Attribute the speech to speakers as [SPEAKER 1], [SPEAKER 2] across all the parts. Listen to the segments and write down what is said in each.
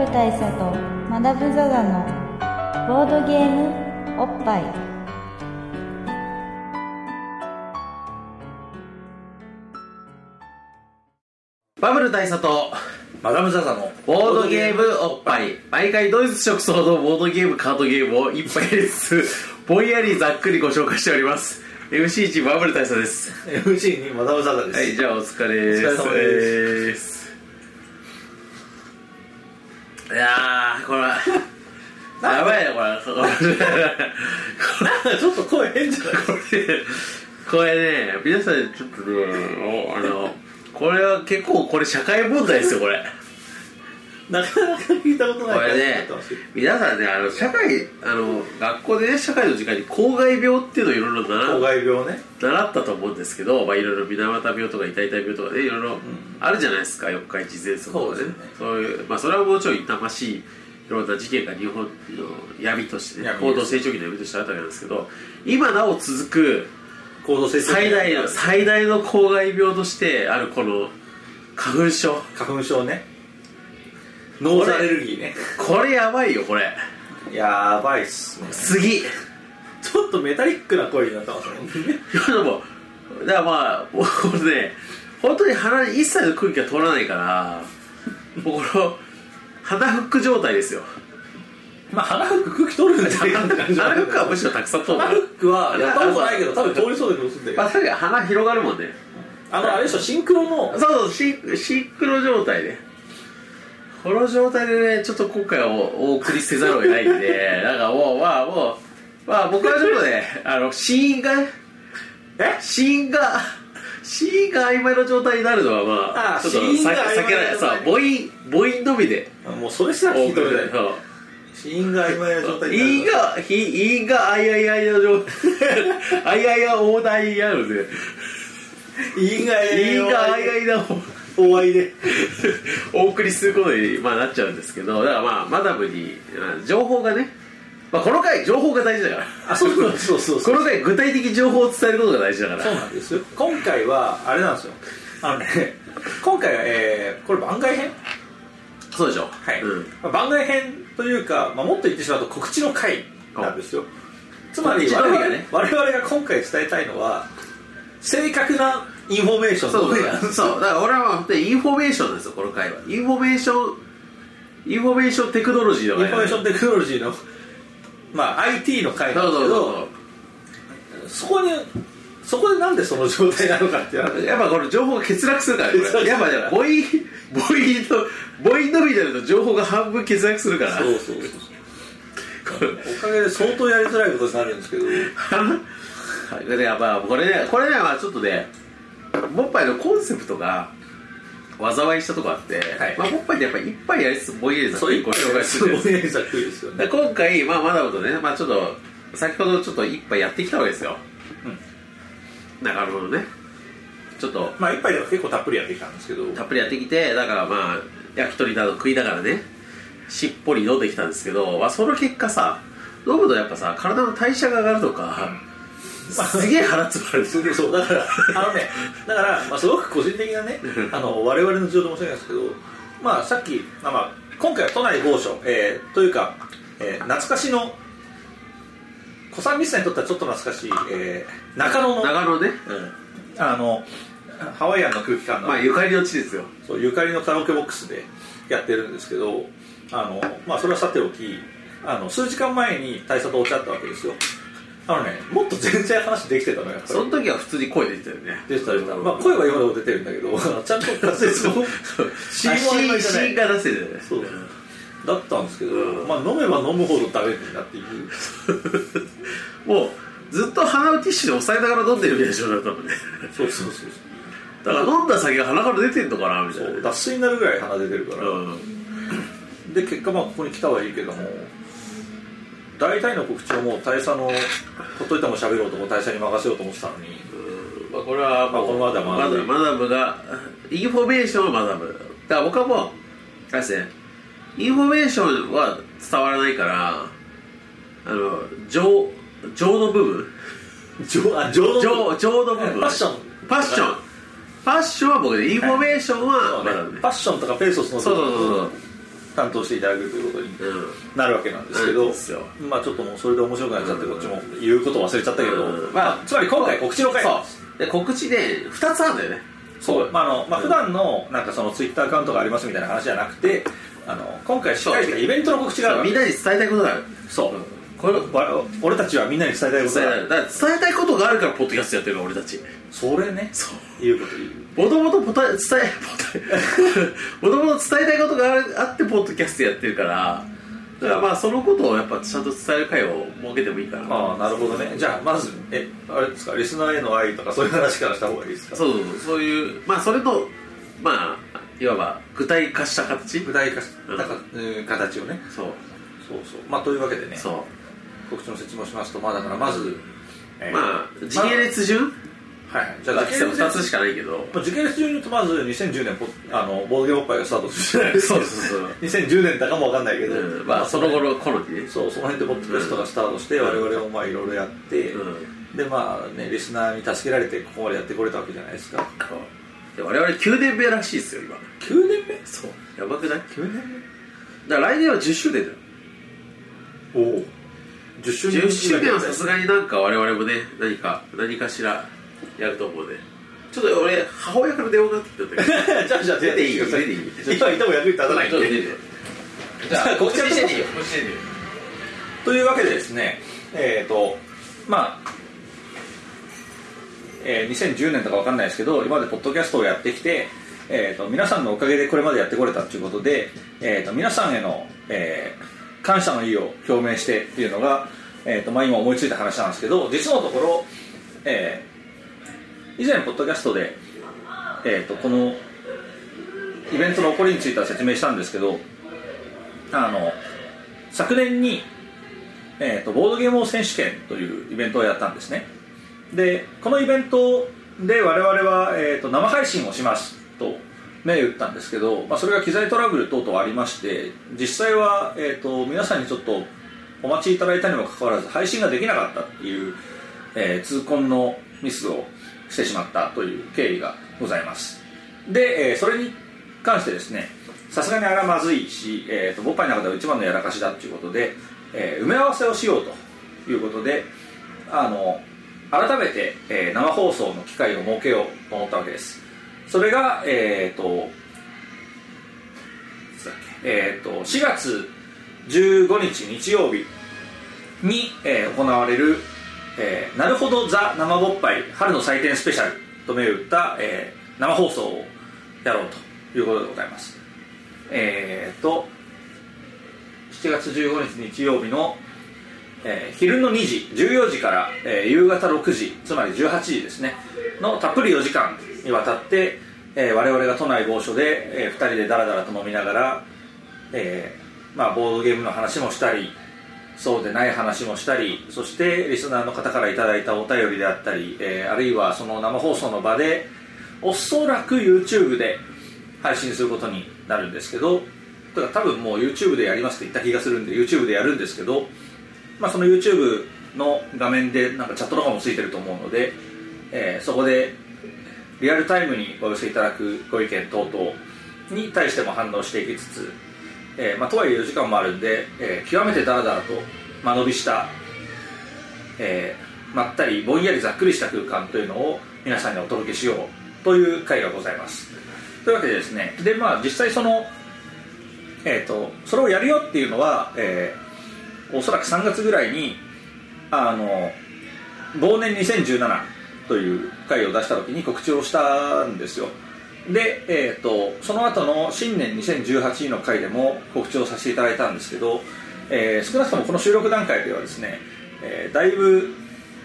[SPEAKER 1] ル大佐とマダム・ザ・ザのボードゲームおっぱい。
[SPEAKER 2] バブル大佐と
[SPEAKER 3] マダム・ザ・ザの
[SPEAKER 2] ボードゲームおっぱい。毎回ドイツ直送のボードゲームカードゲームを一杯ずつぼんやりざっくりご紹介しております。 MC1 バブル大佐です。
[SPEAKER 3] MC にマダム・ザ・ザです。
[SPEAKER 2] はい、じゃあお疲れです。
[SPEAKER 3] お疲れ様です。
[SPEAKER 2] いやーこれやばいねこれ
[SPEAKER 3] ちょっと声変じゃない
[SPEAKER 2] これね、皆さんちょっとね、これは結構これ社会問題ですよこれ。
[SPEAKER 3] なかなか聞いたことない。
[SPEAKER 2] これね、皆さんね、社会学校でね、社会の時間に公害病っていうのをいろいろ
[SPEAKER 3] 公害病ね
[SPEAKER 2] 習ったと思うんですけど、まあいろいろ水俣病とか痛々病とかね、いろいろあるじゃないですか。四日市喘息とかね。そういう、まあそれはもうちょい痛ましいいろんな事件が日本の闇としてね、高度成長期の闇としてあったわけなんですけど、今なお続く
[SPEAKER 3] 高度成長期
[SPEAKER 2] 最大の公害病としてあるこの花粉症
[SPEAKER 3] ね、ノーズアレルギーね。
[SPEAKER 2] これやばいよこれ。
[SPEAKER 3] やばいっすね。
[SPEAKER 2] 次
[SPEAKER 3] ちょっとメタリックな声になってますね。
[SPEAKER 2] でもだからまあこれね、本当に鼻に一切の空気が通らないからもうこの鼻フック状態ですよ。
[SPEAKER 3] まあ鼻フック空気通るんじゃないかって感じ。
[SPEAKER 2] 鼻フックはむしろたくさん通る。
[SPEAKER 3] 鼻フックはやったことないけど多分通りそうでどうするんだよ。
[SPEAKER 2] まあ確かに鼻広がるもんね。
[SPEAKER 3] あれでしょ、シンクロの。
[SPEAKER 2] そうシンクロ状態で、この状態でね、ちょっと今回はお送りせざるを得ないんでなんかもう僕はちょっとね死因が曖昧な状態になるのはまあちょっと避けない。そう母音のみで
[SPEAKER 3] もうそれすら聞いてるじゃない。死因が曖昧な状態になる。
[SPEAKER 2] 因があいあいあいの状態あいあいが大台にあるんで、
[SPEAKER 3] 因があ
[SPEAKER 2] いあいな
[SPEAKER 3] お会いで
[SPEAKER 2] お送りすることに、まあ、なっちゃうんですけど、だからまあマダムに情報がね、まあ、この回情報が大事だから。
[SPEAKER 3] そう
[SPEAKER 2] この回具体的情報を伝えることが大事だから。
[SPEAKER 3] そうなんですよ。今回はあれなんですよ、今回は、これ番外編。
[SPEAKER 2] そうでしょ。
[SPEAKER 3] はい、番外編というか、もっと言ってしまうと告知の回なんですよ。つまり我々が今回伝えたいのは正確なインフォメーション。
[SPEAKER 2] そうだから俺は本当にインフォメーションですよこの回は。インフォメーションテクノロジーの回。
[SPEAKER 3] インフォメーションテクノロジーのIT の回なんですけど、そこでなんでその状態なのかっていう。
[SPEAKER 2] やっぱこの情報が欠落するからね。やっぱね、母音のみになると情報が半分欠落するから。
[SPEAKER 3] そうおかげで相当やりづらいことになるんですけど
[SPEAKER 2] やっぱこれねまあちょっとね、モッパイのコンセプトが災いしたとこあって、モッパイってやっぱりいっぱいやりつつぼんやりざっくりご紹介するんですよ。今回マダムとね、ちょっと先ほどちょっと一杯やってきたわけですよ。なるほどね。ちょっと
[SPEAKER 3] 一杯では結構たっぷりやってきたんですけど、
[SPEAKER 2] たっぷりやってきて、だから焼き鳥など食いながらね、しっぽり飲んできたんですけど、その結果さ、飲むとやっぱさ体の代謝が上がるとか、すげえ腹つまる。
[SPEAKER 3] そうだからすごく個人的なね我々の事情で申し訳ないですけど、さっき今回は都内某所、というか、懐かしの小さんミスさんにとってはちょっと懐かしい、中野ね、ハワイアンの空気感の
[SPEAKER 2] ゆかりの地ですよ。
[SPEAKER 3] そうゆかりのカラオケボックスでやってるんですけど、それはさておき、数時間前に大佐とおっしゃったわけですよ。もっと全然話できてたのよ。
[SPEAKER 2] その時は普通に声出てたよね。
[SPEAKER 3] 出てた。声は今でも出てるんだけどちゃんと滑舌も
[SPEAKER 2] シーンが出せてるね。
[SPEAKER 3] そうだったんですけど、飲めば飲むほどダメになっていく
[SPEAKER 2] もうずっと鼻をティッシュで押さえながら飲んでるみたいな状態だったもんね。
[SPEAKER 3] そう
[SPEAKER 2] だから飲んだ酒が鼻から出てんのかなみたいな。
[SPEAKER 3] 脱水になるぐらい鼻出てるから、で結果ここに来たはいいけども、大体の告知をもう大佐のほっといても喋ろうとも大佐に任せようと思ってたのに、
[SPEAKER 2] これはもう
[SPEAKER 3] このままでは
[SPEAKER 2] マダムがインフォメーションはマダムだから、僕はもうあれですね、インフォメーションは伝わらないから情の部分、情の部分、
[SPEAKER 3] パッション
[SPEAKER 2] は僕で、インフォメーションはマダムね。
[SPEAKER 3] パッションとかペーソスの
[SPEAKER 2] そう
[SPEAKER 3] 担当していただくということになるわけなんですけど、まあちょっともうそれで面白くなっちゃってこっちも言うこと忘れちゃったけど、まあつまり今回告知の回
[SPEAKER 2] で告知で2つあるんだよね。
[SPEAKER 3] そう、まあ普段のなんかそのツイッターアカウントがありますみたいな話じゃなくて、今回しっかりイベントの告知がある。
[SPEAKER 2] みんなに伝えたいことがある。
[SPEAKER 3] そう。これ俺たちはみんなに伝えたいことがある。
[SPEAKER 2] だから伝えたいことがあるからポッドキャストやってるの俺たち。
[SPEAKER 3] それね。そういうこと言う。
[SPEAKER 2] もともと伝えたいことがあってポッドキャストやってるから、だからまあそのことをやっぱちゃんと伝える会を設けてもいいかな。
[SPEAKER 3] ああ、なるほどね。じゃあまずあれですか、リスナーへの愛とかそういう話からした方がいいですか。
[SPEAKER 2] そういうまあそれのまあいわば具体化した形をね。そうまあというわけでね。告知の説明をしますと、まあだからまずまあ時系列順。
[SPEAKER 3] はい、じゃあ
[SPEAKER 2] 時系列2つしかないけど、
[SPEAKER 3] 時系列順に言うとまず2010年ボードゲームおっぱいがスタートするじゃないですか。
[SPEAKER 2] そう
[SPEAKER 3] 2010年だかもわかんないけど、
[SPEAKER 2] まあその頃にね、
[SPEAKER 3] その辺でポッドキャストがスタートして、我々もまあいろいろやって、でまあねリスナーに助けられてここまでやってこれたわけじゃないですか。
[SPEAKER 2] で我々9年目らしいですよ今。
[SPEAKER 3] 9年目？
[SPEAKER 2] そうやばくない
[SPEAKER 3] ？9年目？
[SPEAKER 2] だから来年は10周年だよ。
[SPEAKER 3] おお。10周
[SPEAKER 2] 年はさすがになんか我々もね何かしらやると思うね。ちょっと俺母親から電話がかかってきたんだけどじゃあ出ていい
[SPEAKER 3] 今いても役に立たないんで
[SPEAKER 2] じゃあ告知していいよ。
[SPEAKER 3] というわけでですね、まあ2010年とかわかんないですけど今までポッドキャストをやってきて、皆さんのおかげでこれまでやってこれたということで、皆さんへの、感謝の意を表明してっていうのが、まあ、今思いついた話なんですけど、実のところ、以前ポッドキャストで、このイベントの起こりについては説明したんですけど、昨年に、ボードゲーム王選手権というイベントをやったんですね。でこのイベントで我々は、生配信をしますと銘打ったんですけど、まあ、それが機材トラブル等々ありまして実際は、皆さんにちょっとお待ちいただいたにもかかわらず配信ができなかったっていう、痛恨のミスをしてしまったという経緯がございます。で、それに関してですねさすがにあれはまずいし、ボッパイの中では一番のやらかしだということで、埋め合わせをしようということで改めて、生放送の機会を設けようと思ったわけです。それが4月15日日曜日に、行われる、なるほどザ生ぼっぱい春の祭典スペシャルと銘打った、生放送をやろうということでございます。7月15日日曜日の、昼の2時14時から、夕方6時つまり18時ですねのたっぷり4時間にわたって、我々が都内某所で、2人でダラダラと飲みながら、まあ、ボードゲームの話もしたりそうでない話もしたりそしてリスナーの方からいただいたお便りであったり、あるいはその生放送の場でおそらく YouTube で配信することになるんですけどだから多分もう YouTube でやりますって言った気がするんで YouTube でやるんですけど、まあ、その YouTube の画面でなんかチャットとかもついてると思うので、そこでリアルタイムにお寄せいただくご意見等々に対しても反応していきつつ、まあ、とはいえ4時間もあるんで、極めてダラダラと間延びした、まったりぼんやりざっくりした空間というのを皆さんにお届けしようという回がございます。というわけでですねで、まあ、実際その、それをやるよっていうのは、おそらく3月ぐらいに忘年2017という回を出した時に告知をしたんですよ。で、その後の新年2018の回でも告知をさせていただいたんですけど、少なくともこの収録段階ではですね、だいぶ、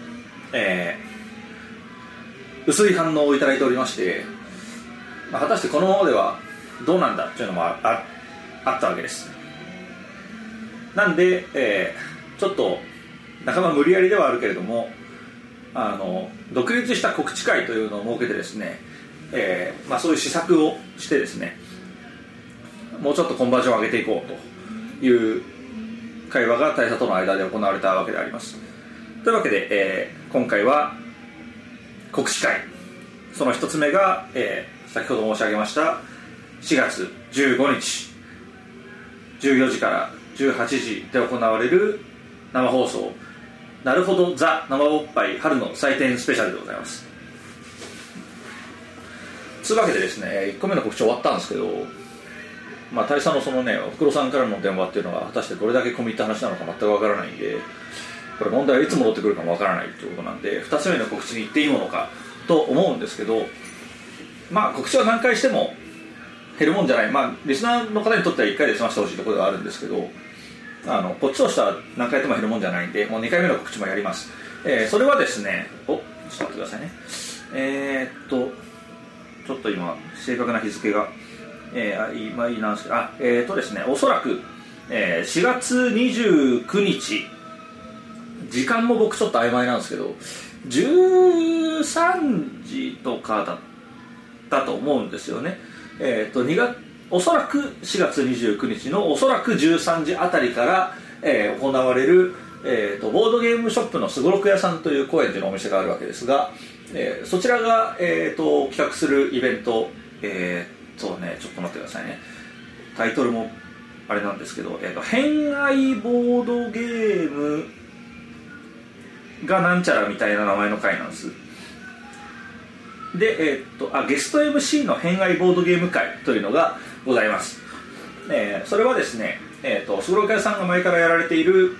[SPEAKER 3] 薄い反応をいただいておりまして、まあ、果たしてこのままではどうなんだっていうのもあったわけです。なんで、ちょっと仲間無理やりではあるけれども独立した告知会というのを設けてですね、まあ、そういう施策をしてですねもうちょっとコンバージョンを上げていこうという会話が大佐との間で行われたわけであります。というわけで、今回は告知会その一つ目が、先ほど申し上げました4月15日 14時から18時で行われる生放送なるほどザ生おっぱい春の祭典スペシャルでございます。というわけでですね、1個目の告知終わったんですけど、まあ、大佐のそのねおふくろさんからの電話っていうのが果たしてどれだけ込み入った話なのか全くわからないんで、これ問題はいつ戻ってくるかもわからないということなんで、2つ目の告知に行っていいものかと思うんですけど、まあ告知は何回しても減るもんじゃない、まあリスナーの方にとっては1回で済ませてほしいところがあるんですけど、こっちとしては何回やっても減るもんじゃないんで、もう2回目の告知もやります。それはですね、ちょっと待ってくださいね。ちょっと今正確な日付が、今なんですけど、ですね、おそらく、4月29日、時間も僕ちょっと曖昧なんですけど、13時とかだったと思うんですよね。おそらく4月29日のおそらく13時あたりから、行われる、ボードゲームショップのすごろく屋さんという高円寺のお店があるわけですが、そちらが、企画するイベント、ちょっと待ってくださいね、タイトルもあれなんですけど、偏愛ボードゲームがなんちゃらみたいな名前の会なんです。で、ゲスト MC の偏愛ボードゲーム会というのがございます。それはですね、すごろく屋さんが前からやられている、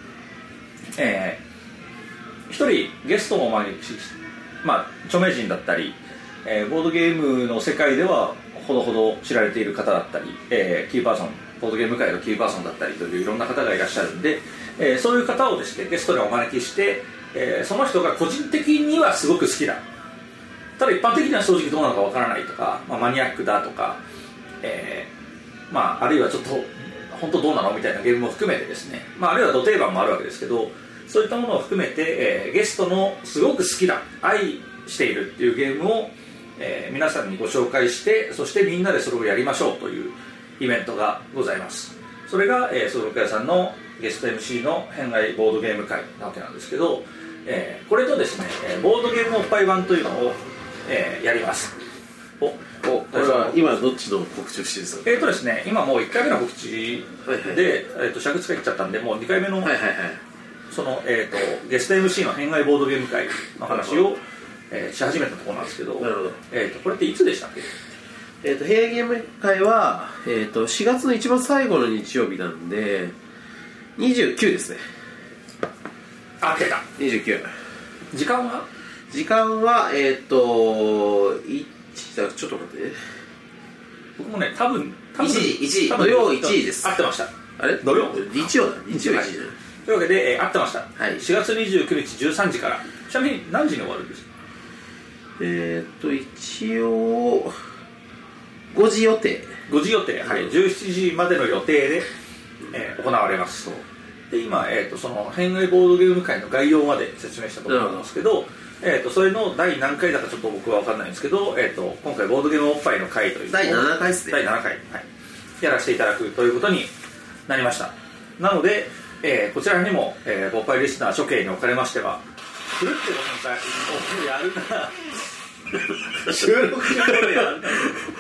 [SPEAKER 3] 一人ゲストも招きし、まあ、著名人だったり、ボードゲームの世界ではほどほど知られている方だったり、キーパーソン、ボードゲーム界のキーパーソンだったりといういろんな方がいらっしゃるんで、そういう方をですねゲストでお招きして、その人が個人的にはすごく好きだ、ただ一般的には正直どうなのかわからないとか、まあ、マニアックだとか、まあ、あるいはちょっと本当どうなのみたいなゲームも含めてですね、まあ、あるいはド定番もあるわけですけど、そういったものを含めて、ゲストのすごく好きだ、愛しているっていうゲームを、皆さんにご紹介して、そしてみんなでそれをやりましょうというイベントがございます。それがすごろく屋さんのゲスト MC の偏愛ボードゲーム会なわけなんですけど、これとですねボードゲームおっぱい版というのを、やります。
[SPEAKER 2] これは今どっちの告知をしてるんですか？
[SPEAKER 3] ですね、今もう1回目の告知で、尺使い切っちゃったんで、もう2回目の、その、ゲスト MC の偏愛ボードゲーム会の話を、し始めたところなんですけど、これっていつでしたっけ？
[SPEAKER 2] 偏愛ゲーム会は、4月の一番最後の日曜日なんで29ですね。
[SPEAKER 3] あ、出た。
[SPEAKER 2] 29。
[SPEAKER 3] 時間は
[SPEAKER 2] ちょっと待ってね。
[SPEAKER 3] 僕もね、多分
[SPEAKER 2] 1時土曜1時です。
[SPEAKER 3] 合ってました。
[SPEAKER 2] あれ
[SPEAKER 3] 土曜
[SPEAKER 2] 日曜1時だ。
[SPEAKER 3] というわけで、合ってました、
[SPEAKER 2] はい、
[SPEAKER 3] 4月29日13時から。ちなみに何時に終わるんですか？
[SPEAKER 2] 一応5時予定、
[SPEAKER 3] はい、17時までの予定で、行われます。で今、その偏愛ボードゲーム会の概要まで説明したところなんですけど、それの第何回だかちょっと僕は分かんないんですけど、今回ボードゲームおっぱいの会という
[SPEAKER 2] 第7回ですね。
[SPEAKER 3] 第7回、はい、やらせていただくということになりました。なので、こちらにも、おっぱいリスナー諸兄におかれましては、ふるってご参加やるな収録中でやるな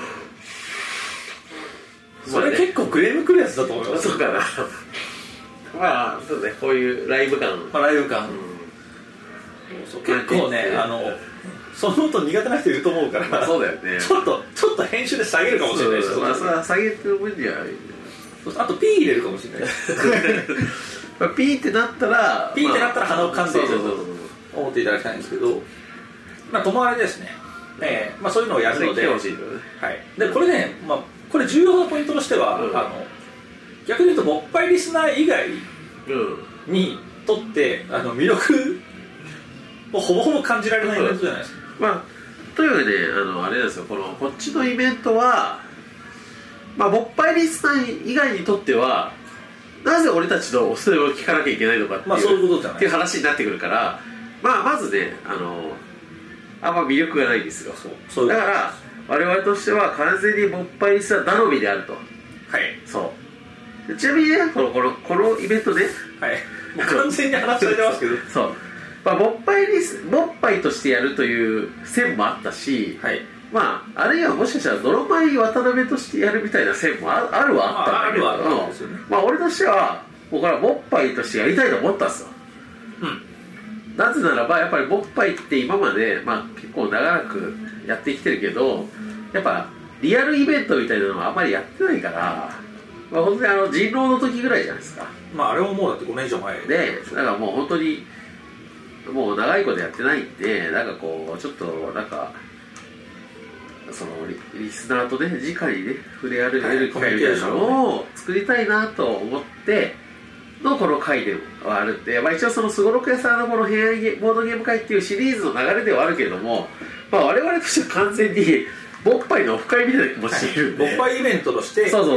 [SPEAKER 3] それ結構クレームくるやつだと思います。
[SPEAKER 2] そうかなまあそうね、こういうライブ感、
[SPEAKER 3] ライブ感、そう結構ね、その音苦手な人いると思うから、
[SPEAKER 2] まあ、そうだよね。
[SPEAKER 3] ちょっと編集で下げるかもしれないです。
[SPEAKER 2] それは下げてる分には、
[SPEAKER 3] あとピー入れるかもしれないです
[SPEAKER 2] まあピーってなったら
[SPEAKER 3] 鼻をかんで思っていただきたいんですけど、まあともあれですね、まあそういうのをやるので、はい、でこれね、まあこれ重要なポイントとしては、逆に言うともっぱいリスナー以外にとって魅力をほぼほぼ感じられないイベントじゃないですか。
[SPEAKER 2] まあというわけであれなんですよ、こっちのイベントは、まあもっぱいリスナー以外にとってはなぜ俺たちのそれを聞かなきゃいけないのかっていう、
[SPEAKER 3] まあ、そういうことじゃない
[SPEAKER 2] っていう話になってくるから、まあまずねあんま魅力がないんですよ。そうだから我々としては完全にもっぱいリスナー頼みであると。
[SPEAKER 3] はい、
[SPEAKER 2] そうちなみにね、このイベントね、
[SPEAKER 3] はい、もう完全に話されてますけど
[SPEAKER 2] そう、まあ、もっぱいとしてやるという線もあったし、
[SPEAKER 3] はい、
[SPEAKER 2] まああるいはもしかしたら泥米渡辺としてやるみたいな線もあるはあったんだけど、まあ俺としてはもうこれはボッパイとしてやりたいと思ったんですよ。なぜならばやっぱりボッパイって今まで、まあ、結構長らくやってきてるけど、やっぱリアルイベントみたいなのはあんまりやってないから、まあ、本当に人狼の時ぐらいじゃないですか。
[SPEAKER 3] まああれももうだって5年以上前
[SPEAKER 2] で、だからもう本当にもう長いことやってないんで、なんかこうちょっとなんかそのリスナーとね直にね触れ合える機会みたいなのを作りたいなと思ってのこの回ではあるんで、まあ、一応そのすごろく屋さんのこの平安ボードゲーム会っていうシリーズの流れではあるけれども、まあ、我々としては完全にボッパイのオフ会みたいな気持ちでいるんで、
[SPEAKER 3] ボッパイイベントとして
[SPEAKER 2] そう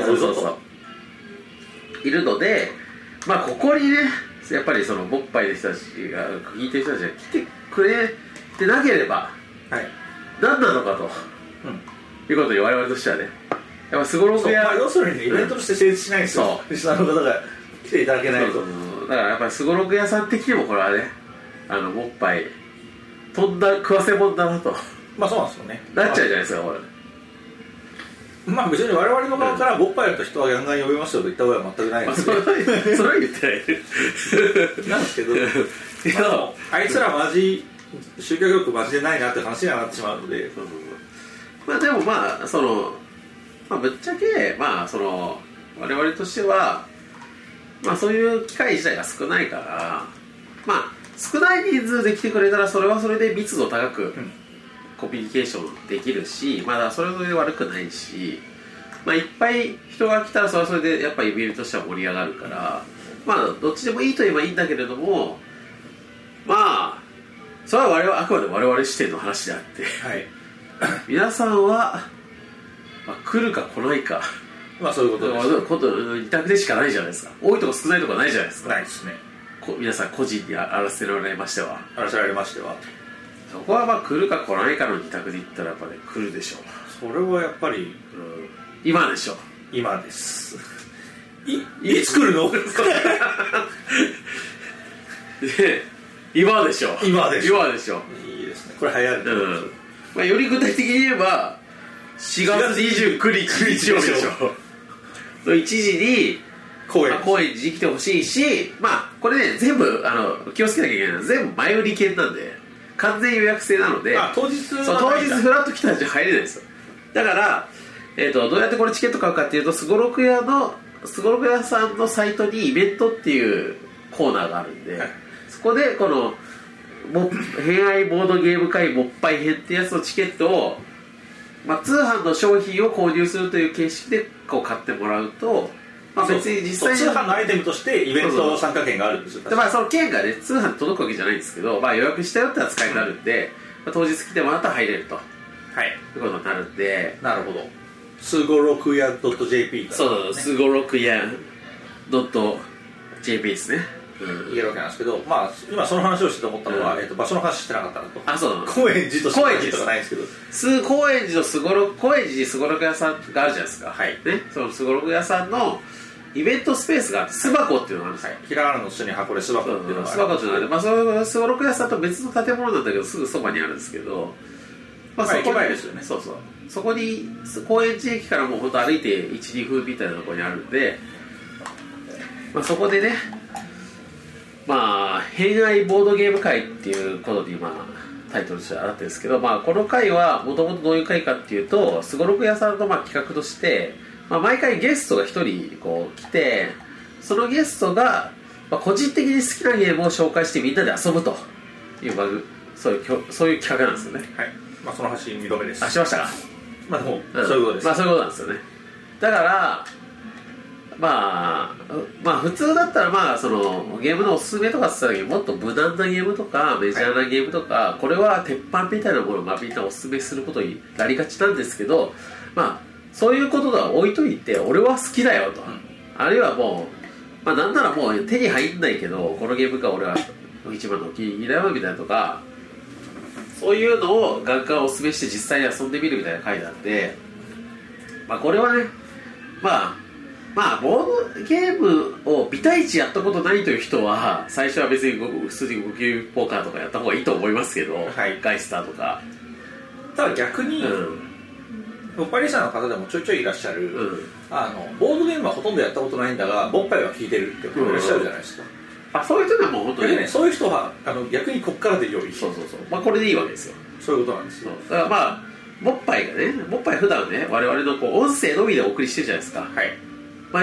[SPEAKER 2] いるので、まあここにねやっぱりそのボッパイの人たちが聞いてる人たちが来てくれてなければ、はい、何なのかと、いうことに我々としてはね、やっぱすごろく屋、
[SPEAKER 3] 要するにイベントとして成立しないんですよ、リスナーの方が来ていただけないと。
[SPEAKER 2] だからやっぱりすごろく屋さん的にもこれはね、ボッパイとんだ食わせ物だなと、
[SPEAKER 3] まあそうなんですよね、
[SPEAKER 2] なっちゃうじゃないですかこれ。
[SPEAKER 3] まあ別に我々の側からボッパイやると人はガンガン呼びますよと言った覚えは全くないんですけど、
[SPEAKER 2] それは言ってない
[SPEAKER 3] なんですけど、まあ、あいつらマジ宗教力マジでないなって話にはなってしまうので、
[SPEAKER 2] まあでもまあその、まあ、ぶっちゃけまあその我々としてはまあそういう機会自体が少ないから、まあ少ない人数で来てくれたらそれはそれで密度高くコミュニケーションできるし、まだそれはそれで悪くないし、まあいっぱい人が来たらそれはそれでやっぱりイベントとしては盛り上がるから、まあどっちでもいいと言えばいいんだけれども、まあそれはあくまで我々視点の話であって、はい、皆さんは、まあ、来るか来ないか、
[SPEAKER 3] まあそういうことです。
[SPEAKER 2] 二択でしかないじゃないですか。多いとこ少ないとこないじゃないですか。
[SPEAKER 3] ないですね。
[SPEAKER 2] 皆さん個人にあらせられましては。そこはまあ来るか来ないかの二択で言ったらやっぱり、ね、来るでしょう。
[SPEAKER 3] それはやっぱり、
[SPEAKER 2] 今でしょう。
[SPEAKER 3] 今です。いつ来るの？
[SPEAKER 2] で今でしょう。
[SPEAKER 3] 今でしょう。
[SPEAKER 2] い
[SPEAKER 3] いですね。これ流行る。
[SPEAKER 2] まあ、より具体的に言えば4月29日日曜日でしょ。1時に高円寺に来てほしいし、まあこれね全部気をつけなきゃいけないのは全部前売り券なんで完全予約制なので、
[SPEAKER 3] 当日フ
[SPEAKER 2] ラッと来たらじゃ入れないですよ。だから、どうやってこれチケット買うかっていうと、すごろく屋さんのサイトにイベントっていうコーナーがあるんで、はい、そこでこの偏愛ボードゲーム会ボッパイ編ってやつのチケットを、まあ、通販の商品を購入するという形式でこう買ってもらうと、まあ、別に実際に
[SPEAKER 3] 通販のアイテムとしてイベント参加券があるんですよ。
[SPEAKER 2] で、まあ、その券がね通販に届くわけじゃないんですけど、まあ、予約したよって扱いになるんで、まあ、当日来てもらったら入れると、はい、いうことになるんで。
[SPEAKER 3] なるほど。すごろくや .jp
[SPEAKER 2] そう、すごろくや .jp ですね。
[SPEAKER 3] 言えるわけなんですけど、まあ今その話をしてて思ったのは、場所の話してなかったなと。
[SPEAKER 2] あ、そう。
[SPEAKER 3] 高円寺としかないんですけど、
[SPEAKER 2] 高円寺にすごろく屋さんがあるじゃないですか。はい。ね、そのすごろく屋さんのイベントスペースがあって、巣箱っていうのがあるんですよ。
[SPEAKER 3] ひらがなの下に箱で巣箱っていうのがある。
[SPEAKER 2] 巣箱っていうのがあって、まあそれすごろく屋さんと別の建物なんだけどすぐそばにあるんですけど、
[SPEAKER 3] まあそこ前ですよね。
[SPEAKER 2] そうそう。そこに高円寺駅からもう本当歩いて 1,2 分みたいなところにあるんで、まあそこでね。まあ、偏愛ボードゲーム会っていうことで今タイトルとしてあったんですけど、まあ、この会はもともとどういう会かっていうと、すごろく屋さんのまあ企画として、まあ、毎回ゲストが1人こう来て、そのゲストがまあ個人的に好きなゲームを紹介してみんなで遊ぶというそういう企画なんですよね。
[SPEAKER 3] はい。まあ、その話2度目です。
[SPEAKER 2] しましたか。
[SPEAKER 3] まあでも、そういうことです。
[SPEAKER 2] まあそういうことなんですよね。だからまあ普通だったらまあそのゲームのおすすめとかって言った時にもっと無難なゲームとかメジャーなゲームとか、はい、これは鉄板みたいなものをまあみんなおすすめすることになりがちなんですけど、まあそういうことは置いといて俺は好きだよと、あるいはもう、まあ、なんならもう手に入んないけどこのゲームが俺は一番のお気に入りだよみたいなとか、そういうのをガンガンおすすめして実際に遊んでみるみたいな回なんで、まあこれはねまあボードゲームをビタイチやったことないという人は最初は別に普通に5級ポーカーとかやった方がいいと思いますけど、はい、ガイスターとか
[SPEAKER 3] ただ逆に、ボッパイリスナーの方でもちょいちょいいらっしゃる、ボードゲームはほとんどやったことないんだがボッパイは聞いてるって方いらっしゃるじゃないですか、
[SPEAKER 2] そういう人はもう本当に
[SPEAKER 3] ね、そういう人は逆にこっからで良い。
[SPEAKER 2] そう、これでいいわけですよ。
[SPEAKER 3] そういうことなんですよ。
[SPEAKER 2] だからボッパイがね、ボッパイ普段ね、我々の音声のみでお送りしてるじゃないですか。
[SPEAKER 3] はい。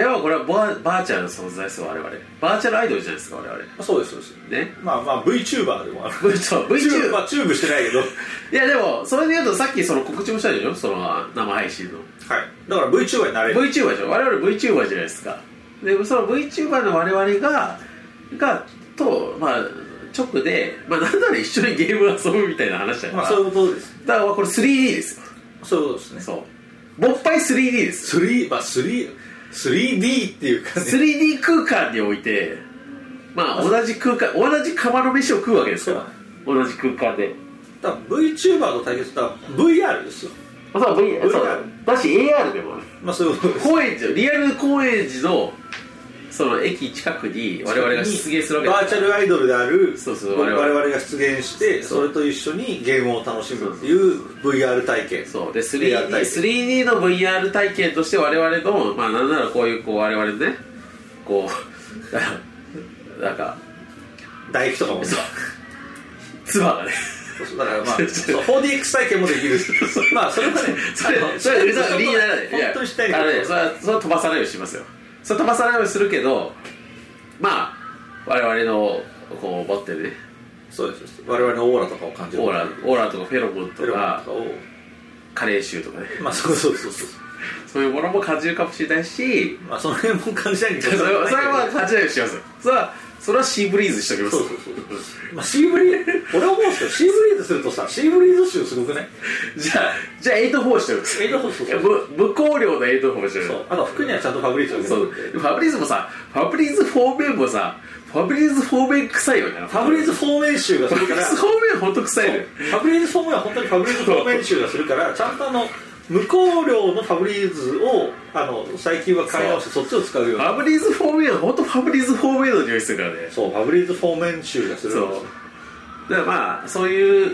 [SPEAKER 2] 要はこれはバーチャルの存在ですよ、我々。バーチャルアイドルじゃないですか、我々。
[SPEAKER 3] そうです、そうです。
[SPEAKER 2] ね。
[SPEAKER 3] VTuber でもある。
[SPEAKER 2] VTuber。
[SPEAKER 3] チューブしてないけど。
[SPEAKER 2] いや、でも、それで言うとさっきその告知もしたでしょ、その生配信の。
[SPEAKER 3] はい。だから VTuber になれる。
[SPEAKER 2] VTuber でしょ。我々 VTuber じゃないですか。で、その VTuber の我々が、直で、なんなら一緒にゲームを遊ぶみたいな話だから。
[SPEAKER 3] そういうことです。
[SPEAKER 2] だからこれ 3D ですよ。
[SPEAKER 3] そういうことですね。
[SPEAKER 2] そう。ボッパイ 3D です。
[SPEAKER 3] 3D っていうかね。
[SPEAKER 2] 3D 空間において、同じ空間、同じ釜の飯を食うわけですから。同じ空間で。
[SPEAKER 3] だから VTuber と対決した VR ですよ。
[SPEAKER 2] VR。だし AR でもある。
[SPEAKER 3] そういうことです。
[SPEAKER 2] 高円寺、リアル高円寺のその駅近くに我々が出現するわけです。
[SPEAKER 3] バーチャルアイドルである
[SPEAKER 2] 我々
[SPEAKER 3] が出現して、それと一緒にゲームを楽しむっていう VR 体験。
[SPEAKER 2] そうで 3D の VR 体験として我々のなんならこういう我々ねなんか
[SPEAKER 3] 唾液とかもさ
[SPEAKER 2] 唾がね
[SPEAKER 3] だから4DX 体験もできるそれはね
[SPEAKER 2] それ理由にならない。
[SPEAKER 3] 本当にしたいけど
[SPEAKER 2] それは飛ばさないようにしますよ。それ飛ばさないようにするけど我々の持ってるね、
[SPEAKER 3] そうです我々のオーラとかを感じる、
[SPEAKER 2] オーラとかフェロモンとか加齢臭とかね、そういうものも感じるかもしれないし、
[SPEAKER 3] その辺も感じないんだけど
[SPEAKER 2] それは感じないようにしますよ。それはシーブリーズしときます。
[SPEAKER 3] シーブリーズ俺は思うんですけどシーブリーズするとさシーブリーズ臭すごくない？
[SPEAKER 2] じゃあ8-4してるんです。無香料の8-4してる。
[SPEAKER 3] あと服にはちゃんとファブリーズを
[SPEAKER 2] そうファブリーズもさファブリーズフォーメンもさファブリーズフォーメン臭いよね。
[SPEAKER 3] ファブリーズフォーメン臭がするから
[SPEAKER 2] ファブリーズフォーメン本当臭いね。
[SPEAKER 3] ファブリーズフォーメンは本当にファブリーズフォーメン臭がするからちゃんと無香料のファブリーズを最近は買い直してそっちを使うように。
[SPEAKER 2] ファブリーズフォーメンは本当ファブリーズフォーメンの匂いするからね。
[SPEAKER 3] そうファブリーズフォーメン臭がするんですよ。
[SPEAKER 2] だからそういう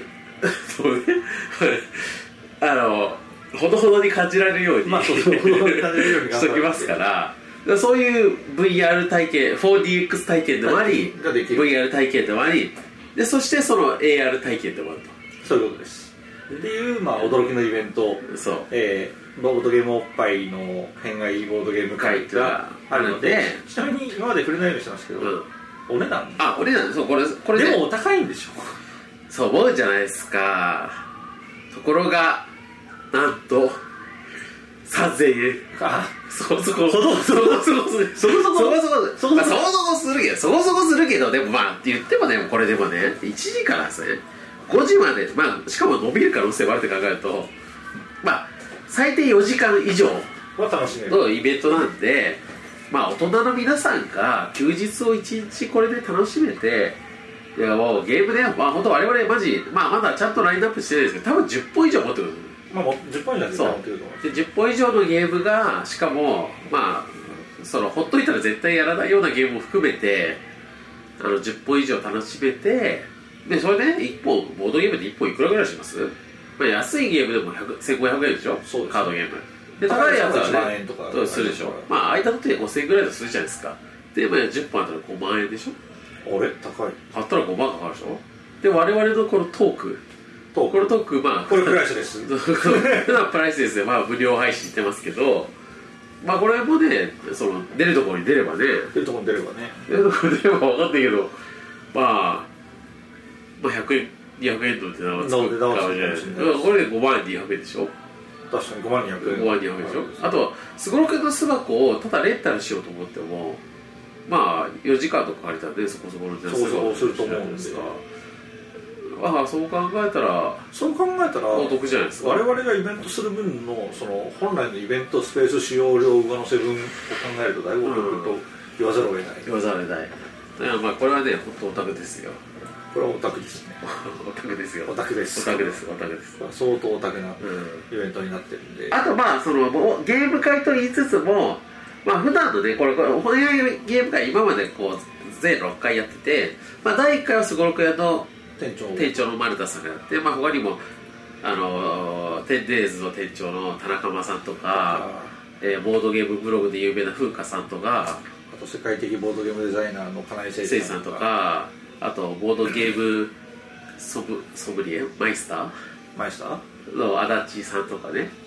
[SPEAKER 2] ほどほどに感じられるように
[SPEAKER 3] そうほどほどに感じられるように
[SPEAKER 2] しときますからそういう VR 体験 4DX 体験でもあり VR 体験でもありでそしてその AR 体験でもあると
[SPEAKER 3] そういうことですっていう驚きのイベントボードゲームおっぱいの変外ボードゲーム会があるのでちなみに今まで触れないようにしてますけど、お値段
[SPEAKER 2] そうこれ
[SPEAKER 3] でもお高いんでしょ
[SPEAKER 2] そう思うじゃないですか。ところがなんと3000円。そこそこするけどでも言ってもねこれでもね1時からですね5時までしかも伸びる可能性もあるって考えると最低4時間以上のイベントなんで大人の皆さんが休日を1日これで楽しめていやもうゲームね本当我々マジまだちゃんとラインナップしてないですけど多分10本以上持ってくる。
[SPEAKER 3] 10本以上持ってると思う。
[SPEAKER 2] で10本以上のゲームがしかもほっといたら絶対やらないようなゲームも含めて10本以上楽しめてでそれね1本ボードゲームで1本いくらぐらいします？安いゲームでも1500円でしょ。
[SPEAKER 3] そうです
[SPEAKER 2] カードゲームで高いやつはね
[SPEAKER 3] 1万円とか
[SPEAKER 2] するでしょ。間取って5000円ぐらいとするじゃないですか。で10本あったら5万円でしょ。
[SPEAKER 3] あれ高い
[SPEAKER 2] 買ったら5万かかるでしょ。で我々のこのトークこれ
[SPEAKER 3] プライスです
[SPEAKER 2] 普段プライスですね無料配信してますけどこれもね出るところに出れば
[SPEAKER 3] 出るところに出れば
[SPEAKER 2] 分かんないけど100円200円の値段を作るかもしれないですけどこれで5万円200円でしょ。
[SPEAKER 3] 確かに5万200円
[SPEAKER 2] 5万200円でしょ。あとすごろくの巣箱をただレンタルしようと思っても4時間とか借りたらねそこそこの値段
[SPEAKER 3] すると思うんですが
[SPEAKER 2] そう考えたらお得じゃないですか。
[SPEAKER 3] 我々がイベントする分の本来のイベントスペース使用量上乗せ分を考えるとだいぶお得と言わざるを得ない。だからこれはね本当オタクですよ。これはオタクですね。
[SPEAKER 2] オタクですよ。
[SPEAKER 3] オタクです。
[SPEAKER 2] 相
[SPEAKER 3] 当オタクなイベントになってるんで。
[SPEAKER 2] あとゲーム会と言いつつも普段のねこれ本屋ゲーム会今まで全6回やってて第1回はすごろく屋の店長の丸田さんがやって他にもテンデイズの店長の田中間さんとか、ボードゲームブログで有名な風花さんとか、
[SPEAKER 3] あと世界的ボードゲームデザイナーの金井誠
[SPEAKER 2] 司さんとか、あとボードゲームソブリエマイスターの足立さんとかね。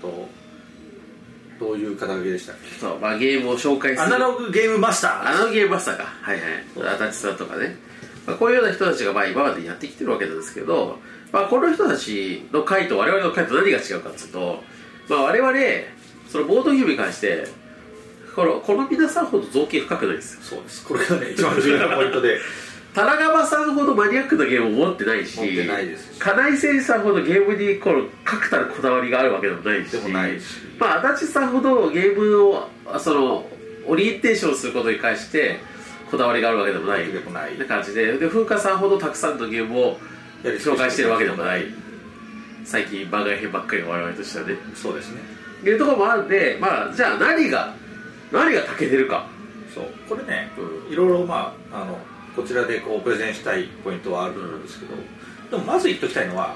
[SPEAKER 3] どういう肩書きでしたっけ。
[SPEAKER 2] そう、まあ、ゲームを紹介する
[SPEAKER 3] アナログゲームマスター。
[SPEAKER 2] アナログゲームマスターか、はいはい、足立さんとかね、まあ、こういうような人たちがまあ今までやってきてるわけなんですけど、まあ、この人たちの会と我々の会と何が違うかっていうと、まあ、我々そのボードゲームに関してこの皆さんほど造形深くないですよ。
[SPEAKER 3] そうです、これがね一番重要なポイントで
[SPEAKER 2] 田中間さんほどマニアックなゲームを持ってないし、金井誠司さんほどゲームに確たるこだわりがあるわけでもないし、まあ、足立さんほどゲームをオリエンテーションすることに関してこだわりがあるわけでもないな感じで、風花さんほどたくさんのゲームを紹介してるわけでもない、最近番外編ばっかりの我々としてはね。
[SPEAKER 3] そうですね、
[SPEAKER 2] いうところもあるんで、まあ、じゃあ何が長けてるか。
[SPEAKER 3] そうこれね、いろいろまあこちらでこうプレゼンしたいポイントはあるんですけど、でもまず言っときたいのは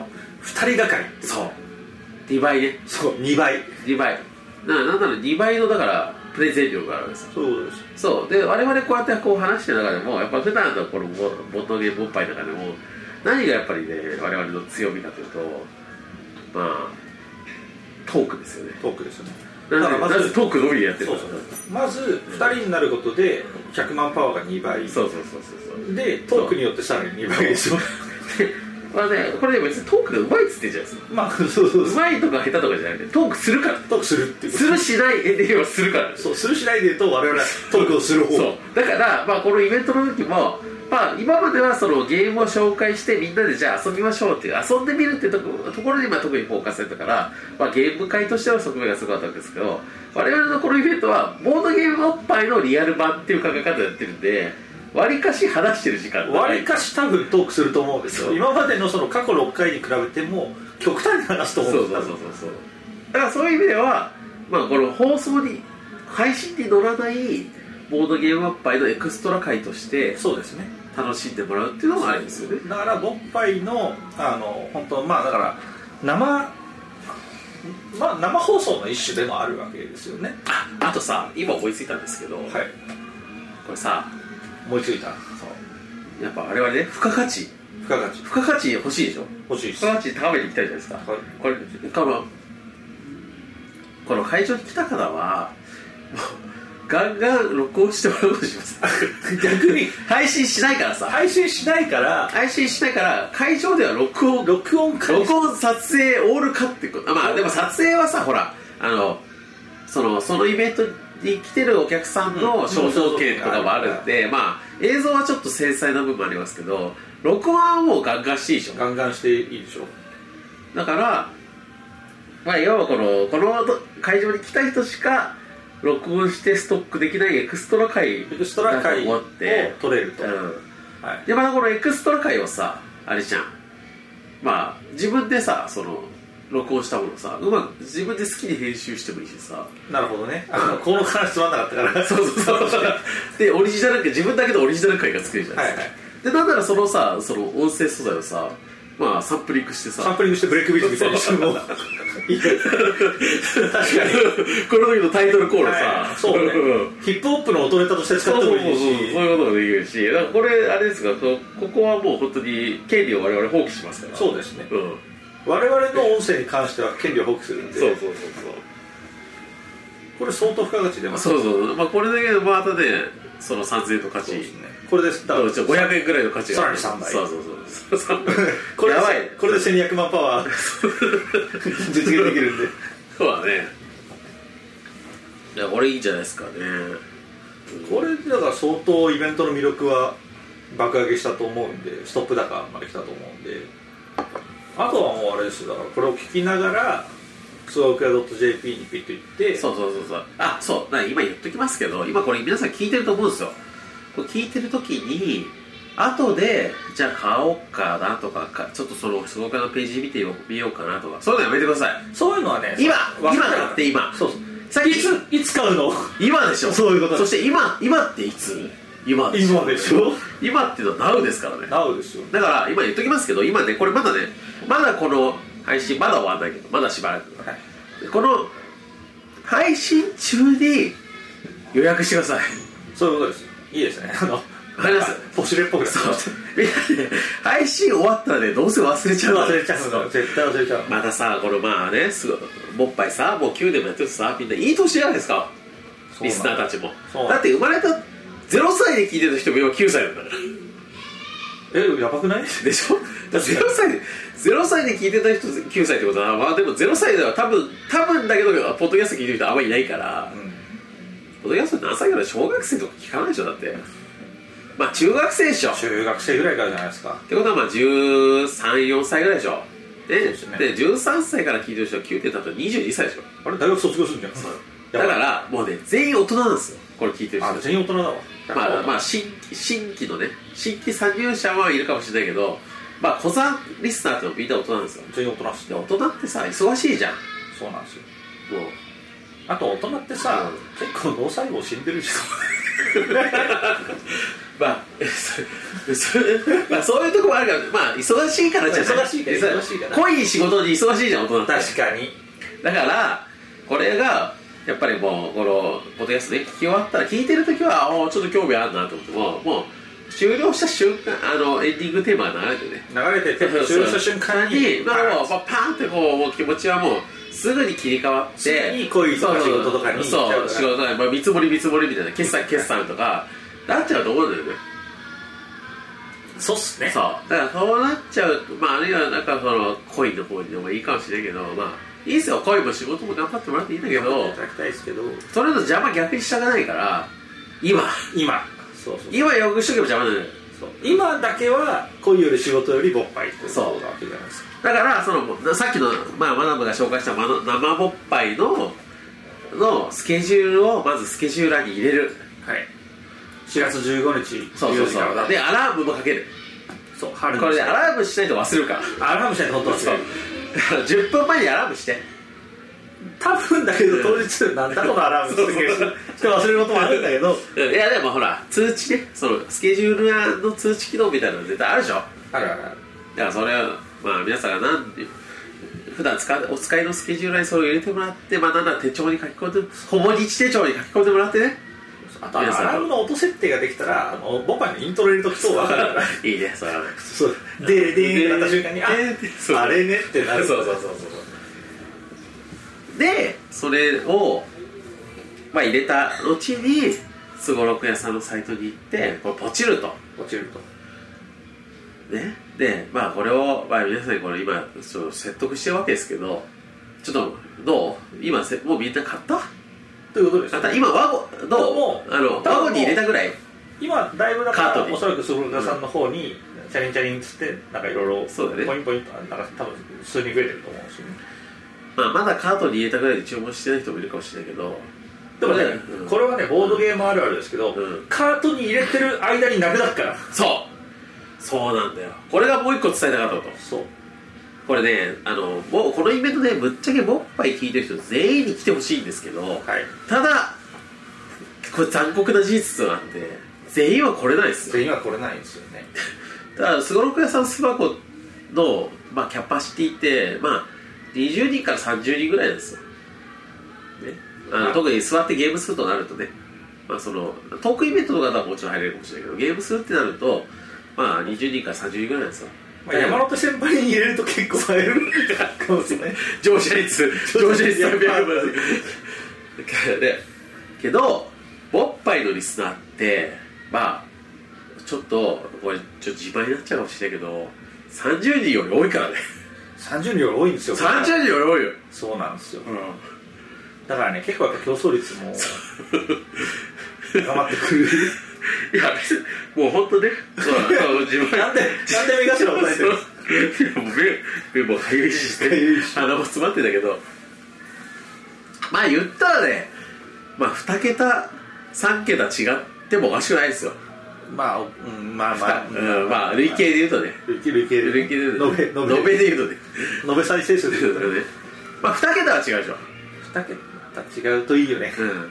[SPEAKER 3] 2人がかり。
[SPEAKER 2] そう2倍ね。
[SPEAKER 3] そう2倍
[SPEAKER 2] なんだろう、2倍のだからプレゼン力があるんですよ。
[SPEAKER 3] そういうことです。
[SPEAKER 2] そうで、我々こうやってこう話してる中でもやっぱ普段のこのボットゲームボッパイの中でも何がやっぱりね我々の強みかというと、まあトークですよね。
[SPEAKER 3] トークですよね。
[SPEAKER 2] だからまずトークのみでやってる。
[SPEAKER 3] まず2人になることで100万パワーが2倍。
[SPEAKER 2] そう
[SPEAKER 3] でトークによってさらに2倍ですよ。
[SPEAKER 2] まあね、これ別にトークがうまいっつってんじゃないですか。
[SPEAKER 3] まあそう
[SPEAKER 2] うまいとか下手とかじゃなくてトークするから。
[SPEAKER 3] トークするっていう。
[SPEAKER 2] するしないで言えばするから。
[SPEAKER 3] そう、するしないで言うと我々はトークをする方。
[SPEAKER 2] そうだからまあこのイベントの時も、まあ、今まではそのゲームを紹介してみんなでじゃあ遊びましょうっていう遊んでみるっていうところにまあ特にフォーカスされたから、まあ、ゲーム会としては側面がすごかったんですけど、我々のこのイベントはボードゲームおっぱいのリアル版っていう考え方でやってるんで、わりかし話してる時間
[SPEAKER 3] わりかし多分トークすると思うんですよ。今までのその過去6回に比べても極端に話すと思うんです。
[SPEAKER 2] そうだからそういう意味では、まあ、この放送に配信に乗らないボードゲームおっぱいのエクストラ回として
[SPEAKER 3] そうですね、
[SPEAKER 2] 楽しんでもらうっていうのがあるんですよね。
[SPEAKER 3] だからボッパイの本当まあだから生放送の一種でもあるわけですよね。
[SPEAKER 2] あとさ、今思いついたんですけど、はい、これさ
[SPEAKER 3] 思いついた。
[SPEAKER 2] そうやっぱ我々ね付加価値欲しいでしょ。
[SPEAKER 3] 欲しいです。
[SPEAKER 2] 付加価値高めていきたいじゃないですか、はい、この会場に来た方はもうガンガン録音してもらうことします逆に配信しないから会場では録音撮影オールカってこと。まあでも撮影はさ、ほらそのイベントに来てるお客さんの肖像権とかもあるんで、まあ映像はちょっと繊細な部分もありますけど、録音はもうガンガンしていいでしょ。
[SPEAKER 3] ガンガンしていいでしょ。
[SPEAKER 2] だからまあいわばこの会場に来た人しか録音してストックできないエクストラ回
[SPEAKER 3] を取れると、
[SPEAKER 2] はい、でまたこのエクストラ回をさ、あれじゃん、まあ自分でさ録音したものさ、うまく自分で好きに編集してもいいしさ。
[SPEAKER 3] なるほどね。この話つまんなかったから
[SPEAKER 2] そうでオリジナル自分だけのオリジナル回が作れるじゃないですか、はいはい、でなんならその音声素材をさ、まあサンプリングして
[SPEAKER 3] ブレイクビートみたいにしても確かに
[SPEAKER 2] この時のタイトルコールさ、
[SPEAKER 3] はい、そうねヒップホップの音ネタとして使ってもいいし、
[SPEAKER 2] そういうこともできるし、だからこれあれですが、ここはもう本当に権利を我々放棄しますから。
[SPEAKER 3] そうですね、我々の音声に関しては権利を放棄するんで、
[SPEAKER 2] そう
[SPEAKER 3] これ相当付加価値出ます。
[SPEAKER 2] まあこれだけでまたね、その3000円の価値、
[SPEAKER 3] これです
[SPEAKER 2] だから500円くらいの価値が
[SPEAKER 3] さらに3倍。
[SPEAKER 2] そう
[SPEAKER 3] これ
[SPEAKER 2] やばい。
[SPEAKER 3] これで1200万パワー実現できるんで。
[SPEAKER 2] そうだね。いやこれいいんじゃないですかね。
[SPEAKER 3] これだから相当イベントの魅力は爆上げしたと思うんで、ストップ高まで来たと思うんで、あとはもうあれですよ。だからこれを聞きながらクソオクヤ .jp にピッと行って、
[SPEAKER 2] 今言っときますけど、今これ皆さん聞いてると思うんですよ。これ聞いてる時に後でじゃあ買おうかなとか、ちょっとそのクソオクヤのページ見てみようかなとか、そういうのやめてください。
[SPEAKER 3] そういうのはね、
[SPEAKER 2] 今だって今
[SPEAKER 3] そういつ買うの
[SPEAKER 2] 今でしょ。
[SPEAKER 3] そういうこと。
[SPEAKER 2] そして今っていつ？今でしょ。今っていうのは Now ですからね。
[SPEAKER 3] Now ですよ。
[SPEAKER 2] だから今言っときますけど、今ねこれまだこの配信まだ終わんないけどまだしばらく、
[SPEAKER 3] はい、
[SPEAKER 2] この配信中に予約してください。
[SPEAKER 3] そういうことです。いいですね。
[SPEAKER 2] わかります。
[SPEAKER 3] ポシュレっぽくなってました。
[SPEAKER 2] みんなね、配信終わったらね、どうせ忘れちゃうの。
[SPEAKER 3] 忘れちゃうの。絶対忘れちゃう。
[SPEAKER 2] またさ、このまあね、もっぱいさ、もう9年もやってるとさ、みんないい年じゃないですか。リスナーたちも。だって生まれた0歳で聞いてた人も今9歳なんだから。
[SPEAKER 3] やばくない
[SPEAKER 2] でしょ。だ0歳で聞いてた人9歳ってことは、まあでも0歳では多分だけどポッドキャスト聞いてる人あんまりいないから、ポッドキャスト何歳から小学生とか聞かないでしょ。だってまあ中学生でしょ。
[SPEAKER 3] 中学生ぐらいからじゃないですか。
[SPEAKER 2] ってことはまあ13、4歳ぐらいでしょ。で13歳から聞いてる人は9点だと22歳でしょ。
[SPEAKER 3] あれ大学卒業するんじゃん。
[SPEAKER 2] だからもうね全員大人なんですよ、これ聞いてる人。
[SPEAKER 3] 全員大人だわ。
[SPEAKER 2] まあ新規のね、新規参入者はいるかもしれないけど、まあ小山リスナーってのみんな大人なんですよ。
[SPEAKER 3] 全員大人っす。
[SPEAKER 2] で大人ってさ忙しいじゃん。
[SPEAKER 3] そうなんですよ。
[SPEAKER 2] もう
[SPEAKER 3] あと大人ってさ、結構脳細胞死んでるし
[SPEAKER 2] まあそういうとこもあるから、まあ忙しいからじゃない。
[SPEAKER 3] 忙しいから
[SPEAKER 2] 濃い仕事に忙しいじゃん大人って。
[SPEAKER 3] 確かに。
[SPEAKER 2] だからこれがやっぱりもうこのポッドキャストね聞き終わったら、聞いてるときはちょっと興味あるなと思ってもう終了した瞬間エンディングテーマが流れてね、
[SPEAKER 3] 終了した瞬間に
[SPEAKER 2] パーンってこうもう気持ちはもうすぐに切り替わって、
[SPEAKER 3] すぐに恋とか仕事とかに
[SPEAKER 2] 仕事とか、まあ、見積もりみたいな決算とかなっちゃうと思うんだよね。
[SPEAKER 3] そうっすね。
[SPEAKER 2] そうだからそうなっちゃう、まああるいはなんかその恋の方にでもいいかもしれないけど、まあいいですよ、恋も仕事も頑張ってもらっていいんだけど、それの邪魔逆にしたくないから今
[SPEAKER 3] そう
[SPEAKER 2] 今よくしとけば邪魔なんだよ。
[SPEAKER 3] 今だけは恋より仕事より勃発ってことなわけじゃないですか。
[SPEAKER 2] だからさっきの、まあ、マダムが紹介した生勃発のスケジュールをまずスケジューラーに入れる。
[SPEAKER 3] はい。4月15日
[SPEAKER 2] そうでアラームもかける。
[SPEAKER 3] そう、
[SPEAKER 2] これでアラームしないと忘れるから。
[SPEAKER 3] アラームしないと本当忘れる。
[SPEAKER 2] 10分前にアラームして。
[SPEAKER 3] 多分だけど当日なんだこのアラームって忘れることもあるんだけど
[SPEAKER 2] いやでもほら通知ね、そのスケジュールの通知機能みたいなの絶対あるでしょ。
[SPEAKER 3] ある。
[SPEAKER 2] だからそれはまあ皆さんが普段お使いのスケジュールにそれを入れてもらって、まあなんなら手帳に書き込んで、ほぼ日手帳に書き込んでもらってね。
[SPEAKER 3] あとアラームの音設定ができたらボパにイントロ入れるときそう分かるから
[SPEAKER 2] いいね、それはね。
[SPEAKER 3] そうでってなった瞬間にあれねってなる。
[SPEAKER 2] そうでそれをまあ入れた後にすごろく屋さんのサイトに行ってこれポチるとね。でまあこれを、まあ、皆さんにこれ今ちょっと説得してるわけですけど、ちょっとどう今もうみんな買った
[SPEAKER 3] ということです。
[SPEAKER 2] 今ワゴンに入れたぐらい。
[SPEAKER 3] 今だいぶだからおそらくすごろく屋さんの方にチャリンチャリンっつってなんかいろいろポイントなんか多分数人増えてると思うし、
[SPEAKER 2] まあ、まだカートに入れたぐらいで注文してない人もいるかもしれないけど、
[SPEAKER 3] でもね、これはねボードゲームあるあるですけど、カートに入れてる間になくなるから。
[SPEAKER 2] そうなんだよ。これがもう一個伝えたかったこと。
[SPEAKER 3] そう
[SPEAKER 2] これねもうこのイベントでぶっちゃけボッパイ聞いてる人全員に来てほしいんですけど、ただこれ残酷な事実となって全員は来れないですよ。
[SPEAKER 3] 全員は来れないんですよね。
[SPEAKER 2] だからすごろく屋さん巣箱の、まあ、キャパシティってまあ20人から30人ぐらいなんですよ、ね。特に座ってゲームするとなるとね、まあ、そのトークイベントとかだったらもちろん入れるかもしれないけど、ゲームするってなるとまあ20人から30人ぐらいなんですよ。
[SPEAKER 3] まあ、山手先輩に入れると結構入るかもしれない。
[SPEAKER 2] 乗車率300分でけどボッパイのリスナーってまあちょっとこれちょっと自慢になっちゃうかもしれないけど30人より多いからね。
[SPEAKER 3] 30人より多いんですよ。
[SPEAKER 2] 30人より多いよ。
[SPEAKER 3] そうなんですよ、だからね結構やっぱ競争率も頑張ってくる。
[SPEAKER 2] いや別にもう本当ね自分
[SPEAKER 3] なんで目頭を押さえてる
[SPEAKER 2] 目もかゆいし鼻も詰まってたけど、まあ言ったらねまあ2桁3桁違ってもおかしくないですよ。
[SPEAKER 3] まあ
[SPEAKER 2] 累計で言うとね、
[SPEAKER 3] 累計で
[SPEAKER 2] 延べで言うとね、
[SPEAKER 3] 延べ再生数で言うとね、
[SPEAKER 2] まあ2桁は違うでしょ。
[SPEAKER 3] 2桁違うといいよね。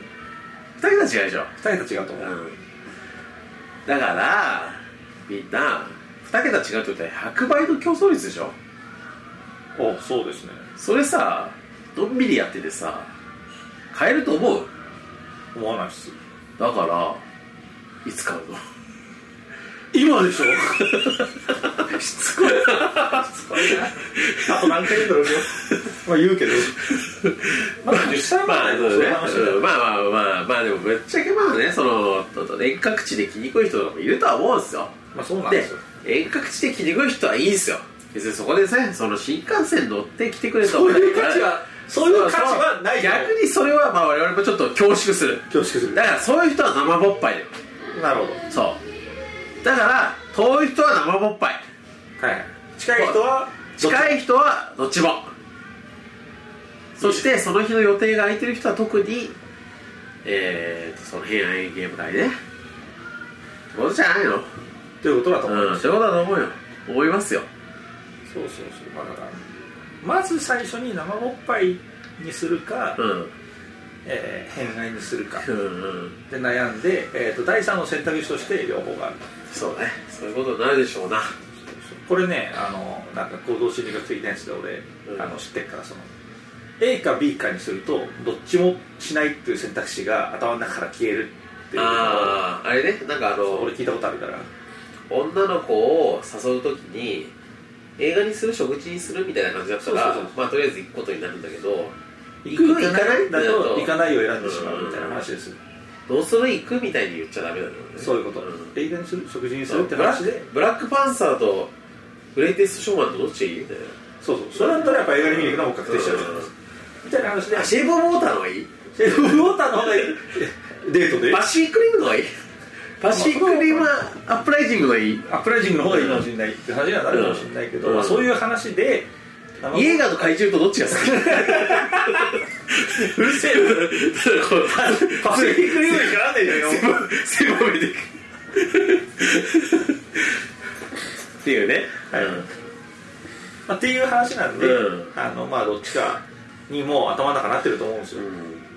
[SPEAKER 2] 2桁違うでしょ。
[SPEAKER 3] 2桁違うと思う。
[SPEAKER 2] だからみんな2桁違うってことは100倍の競争率でしょ。
[SPEAKER 3] あ、そうですね。
[SPEAKER 2] それさのんびりやっててさ買えると思う？
[SPEAKER 3] 思わないっす。
[SPEAKER 2] だからいつ買うの？
[SPEAKER 3] 今でしょ。
[SPEAKER 2] しつこい
[SPEAKER 3] あと何回言うんだろうけどまあ言うけどまだ10歳前
[SPEAKER 2] まあでもぶっちゃけまあね、その遠隔地で来にくい人とかもいるとは思うんですよ。
[SPEAKER 3] まあそうなんですよ。
[SPEAKER 2] で遠隔地で来にくい人はいいんですよ。別にそこでね、その新幹線乗って来てくれた
[SPEAKER 3] そういう価値はない。
[SPEAKER 2] 逆にそれはまあ我々もちょっと恐縮する。だからそういう人は生ぼっぱいだよ。
[SPEAKER 3] なるほど。
[SPEAKER 2] そうだから遠い人は生ぼっぱい、
[SPEAKER 3] はい、近い人はどっちも。そしてその日の予定が空いてる人は特にその偏愛ゲーム代ねってことじゃないのということだと思います。
[SPEAKER 2] そういうことだと思うよ。思いますよ。
[SPEAKER 3] そう、まあだからまず最初に生ぼっぱいにするか、偏愛にするかで悩んで、第3の選択肢として両方がある。
[SPEAKER 2] そうね、そういうことになるでしょうな。
[SPEAKER 3] これね、なんか行動心理学的なやつで俺、知ってるから、その A か B かにするとどっちもしないっていう選択肢が頭の中から消えるっていうのを
[SPEAKER 2] あれね、なんか
[SPEAKER 3] 俺聞いたことあるから、
[SPEAKER 2] 女の子を誘うときに映画にする食事にするみたいな感じだったら、まあとりあえず行くことになるんだけど、行く行かない
[SPEAKER 3] だと行かないを選んでしまうみたいな話です。
[SPEAKER 2] どうする行くみたいに言っちゃダメだよね。
[SPEAKER 3] そういうこと、映画にする食事にするって話で、
[SPEAKER 2] ブラックパンサーとグレイテストショーマンとどっちがいいみたいな。
[SPEAKER 3] そうそれだったらやっぱ映画に見に行くのはもう確定しちゃうみたいな話で、
[SPEAKER 2] シェイブオブウォーターの方がいい？
[SPEAKER 3] シェイブオブウォーターの方がいいデートで
[SPEAKER 2] パシフィックリムの方がいい？パシフィックリムアップライジングの方がいい？ア
[SPEAKER 3] ップライジングの方がいいかもしれないって話にはなるかもしれないけど、まあ、そういう話で
[SPEAKER 2] イエーガーと怪獣とどっちが好き？
[SPEAKER 3] うるせえパシフィックリムにしかなんないじゃんよ
[SPEAKER 2] 狭めていくっていうね、
[SPEAKER 3] はい、まあ、っていう話なんで、まあどっちかにもう頭の中なってると思うんですよ、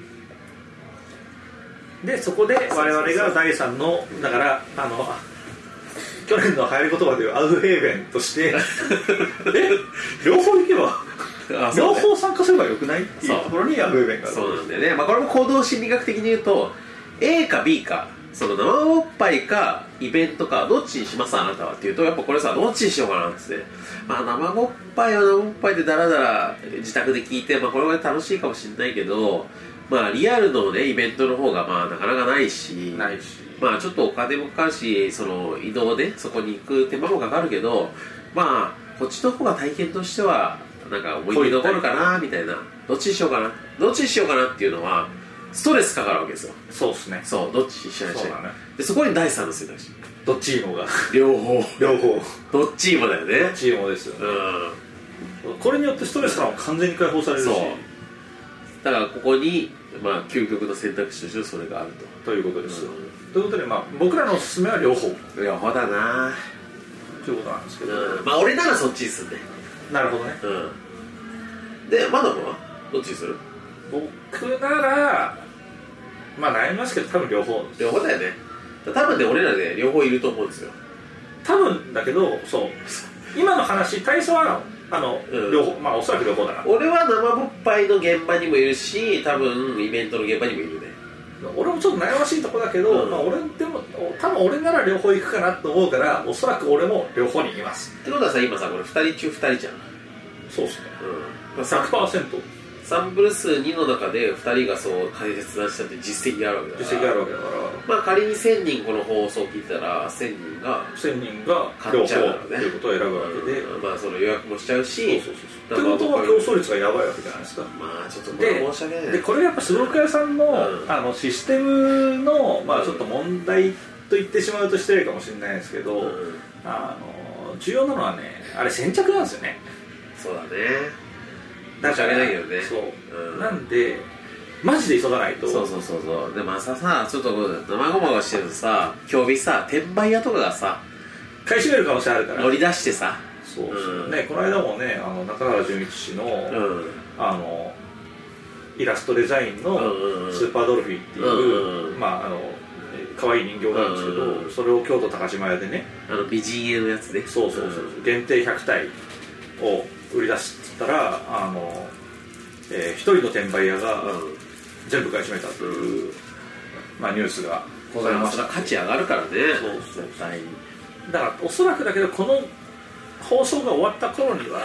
[SPEAKER 3] でそこで我々が第3のだから去年の流行り言葉でいうアウフヘーベンとして両方行けば両方参加すればよくないっていうところにアウフヘーベンがある。
[SPEAKER 2] そうなんだよね、まあ、これも行動心理学的に言うと A か B か、その生おっぱいかイベントかどっちにしますあなたはっていうと、やっぱこれさどっちにしようかなってって、まあ生おっぱいは生おっぱいでダラダラ自宅で聞いて、まあこれは楽しいかもしれないけど、まあリアルのねイベントの方がまあなかなかないしまあちょっとお金もかかるし、その移動でそこに行く手間もかかるけど、まあこっちの方が体験としてはなんか思い出に残るかなみたいな、どっちにしようかなっていうのはストレスかかるわけですよ。
[SPEAKER 3] そうですね。
[SPEAKER 2] そう、どっちにしないし、
[SPEAKER 3] そうだね、
[SPEAKER 2] でそこに第3の選択肢、
[SPEAKER 3] どっちもが
[SPEAKER 2] 両方どっちもだよね。
[SPEAKER 3] どっちもですよね、これによってストレスからも完全に解放されるし、
[SPEAKER 2] そうだからここにまあ究極の選択肢としてそれがある
[SPEAKER 3] ということですよ、ということで、まあ、僕らのおすすめは両方
[SPEAKER 2] だな
[SPEAKER 3] ということなんですけど、
[SPEAKER 2] まあ俺ならそっちにするね。
[SPEAKER 3] なるほどね、
[SPEAKER 2] でマダムはどっちにする？
[SPEAKER 3] 僕ならまあ悩みますけど多分両方
[SPEAKER 2] だよね。多分ね俺らで両方いると思うんですよ。
[SPEAKER 3] 多分だけど、そう今の話体操は両方、まあおそらく両方だな。
[SPEAKER 2] 俺は生ぼっぱいの現場にもいるし、多分イベントの現場にもいるね。
[SPEAKER 3] 俺もちょっと悩ましいとこだけど、まあ俺でも多分俺なら両方行くかなと思うから、おそらく俺も両方にいます。
[SPEAKER 2] ってことはさ、今さこれ2人中2人じゃん。
[SPEAKER 3] そうっすね、100%
[SPEAKER 2] 3プルス2の中で2人がそう解説出したって実績があるわけだから、まあ仮に1000人この放送を聞いたら1000人が
[SPEAKER 3] 両方っていうことを選ぶわけで、
[SPEAKER 2] まあその予約もしちゃうし、
[SPEAKER 3] ってことは競争率がやばいわけじゃないですか。
[SPEAKER 2] まあちょっとこれ申し訳ない
[SPEAKER 3] でこれやっぱスゴロク屋さんの、システムの、まあ、ちょっと問題と言ってしまうと失礼かもしれないですけど、重要なのはね、あれ先着なんですよね。
[SPEAKER 2] そうだね、申し訳ないけどね。
[SPEAKER 3] そう、なんでマジで急がないと。
[SPEAKER 2] そうでも朝さちょっと生ごまがしてるとさ、今日さ転売屋とかがさ
[SPEAKER 3] 買い占める可能性あるから
[SPEAKER 2] 乗り出してさ、
[SPEAKER 3] そうね、この間もね中原純一氏の、イラストデザインのスーパードルフィーっていう、まあ可愛い人形があるんですけど、それを京都高島屋でね、
[SPEAKER 2] 美人絵のやつで、
[SPEAKER 3] そう限定100体を売り出すっったら一人の転売屋が全部買い占めたという、まあ、ニュースがございました。
[SPEAKER 2] 価値上がるからね。
[SPEAKER 3] そう絶対に。だからおそらくだけどこの放送が終わった頃には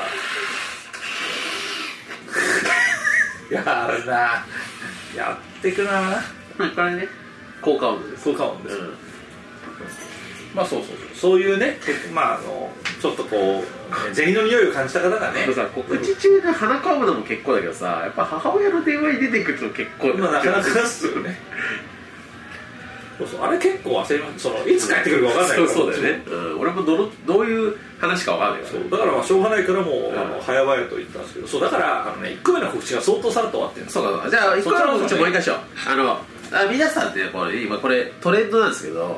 [SPEAKER 3] やるな、やっていくな。
[SPEAKER 2] これね、効果音です。
[SPEAKER 3] 効果音です、まあそういうね、まあちょっとこう銭の匂いを感じた方がね、
[SPEAKER 2] 告知中で鼻かむのも結構だけどさ、やっぱ母親の電話に出てくると結構
[SPEAKER 3] なかなかですよね。あれ結構焦ります。いつ帰ってくるか分かんないから。
[SPEAKER 2] そうだよね、俺もどういう話か分かんないから、
[SPEAKER 3] そうだからまあしょうがないからもう早々と言ったんですけど、そうだから1個目の告知が相当さらっと終わってるんです。
[SPEAKER 2] そうか、じゃあ1個目の告知もう一回しよう。皆さんね、今これトレンドなんですけど、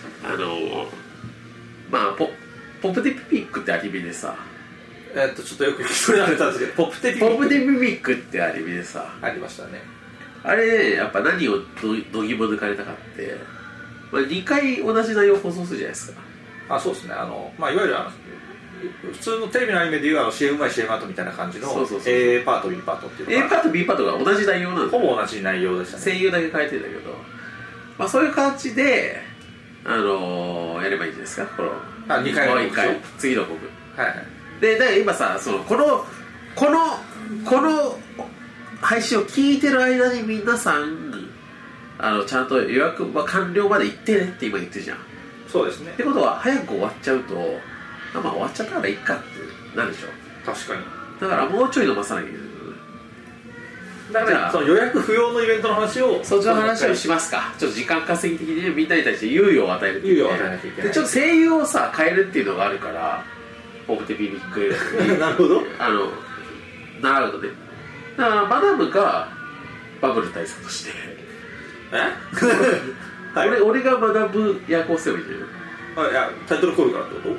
[SPEAKER 2] まあポップテピピックってアニメでさ、
[SPEAKER 3] ちょっとよく聞き取れなかったんですけど、ポップテピピ
[SPEAKER 2] ックってアニメでさ
[SPEAKER 3] ありましたね。
[SPEAKER 2] あれやっぱ何をどぎも抜かれたかって、まあ、2回同じ内容放送するじゃないですか。
[SPEAKER 3] そうですね。まあいわゆる普通のテレビのアニメでいうCM 前 CM 後みたいな感じの A パート B パートっていうのが
[SPEAKER 2] A パート B パートが同じ内容なんです。
[SPEAKER 3] ほぼ同じ内容でしたね。
[SPEAKER 2] 声優だけ変えてるんだけど、まあ、そういう形でやればいいんじゃないですか。この
[SPEAKER 3] 2回
[SPEAKER 2] もう1回次の僕、
[SPEAKER 3] はい、
[SPEAKER 2] でだから今さ、この配信を聞いてる間に皆さんちゃんと予約完了まで行ってねって今言ってるじゃん。
[SPEAKER 3] そうですね。
[SPEAKER 2] ってことは早く終わっちゃうと、まあ終わっちゃったからいいかってなるでしょ。
[SPEAKER 3] 確かに。
[SPEAKER 2] だからもうちょい伸ばさなきゃいけない。
[SPEAKER 3] だからその予約不要のイベントの話を、
[SPEAKER 2] そっちの話をしますか。ちょっと時間稼ぎ的にみんなに対して猶予を与えるっていう、
[SPEAKER 3] 猶予を与えなきゃいけない。
[SPEAKER 2] でちょっと声優をさ変えるっていうのがあるから、ポップテピピック
[SPEAKER 3] なるほど。
[SPEAKER 2] 習うとね。だからマダムがバブル大佐として
[SPEAKER 3] はい、
[SPEAKER 2] 俺がマダム役をすればいいんじゃない？
[SPEAKER 3] いやタイトルコールからってこと？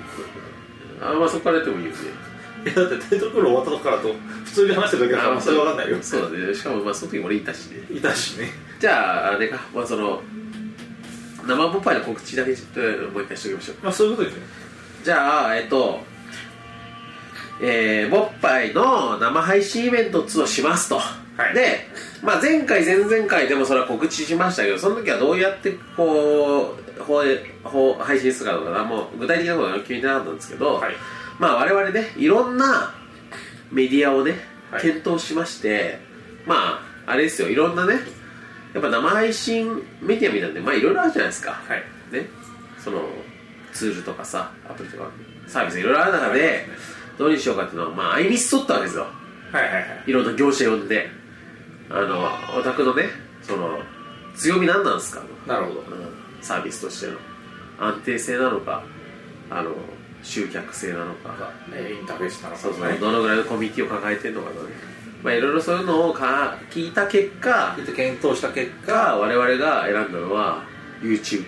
[SPEAKER 2] まあそこからやってもいいよね。
[SPEAKER 3] いやだってタイトルコール終わったとこからと普通に話してるだけだからそれ分かんないよ。
[SPEAKER 2] そうだね。しかもまあその時俺いたしね。
[SPEAKER 3] いたしね。
[SPEAKER 2] じゃああれか、まあ生ポッパイの告知だけちょっともう一回しておきましょう。
[SPEAKER 3] まあそういうことですね。
[SPEAKER 2] じゃあボッパイの生配信イベント2をしますと、はい、で、まあ、前回前々回でもそれは告知しましたけど、その時はどうやってこう配信するかとかもう具体的なことは決めてなかったんですけど、はい、まあ我々ねいろんなメディアをね検討しまして、はい、まああれですよ、いろんなねやっぱ生配信メディアみたいなんでまあいろいろあるじゃないですか、はい、ね、そのツールとかさアプリとかサービスいろいろある中で、はい、どうにしようかっていうのはまあアイビス取ったわけですよ。
[SPEAKER 3] はいはいはい。
[SPEAKER 2] いろんな業者呼んでお宅のねその強み何なんですか。
[SPEAKER 3] なるほど、
[SPEAKER 2] サービスとしての安定性なのか集客性なのか、
[SPEAKER 3] インターフェースなのか、
[SPEAKER 2] そうどのぐらいのコミュニティを抱えてるのかとね、まあいろいろそういうのを聞いた結果
[SPEAKER 3] 検討した結果
[SPEAKER 2] 我々が選んだのは YouTube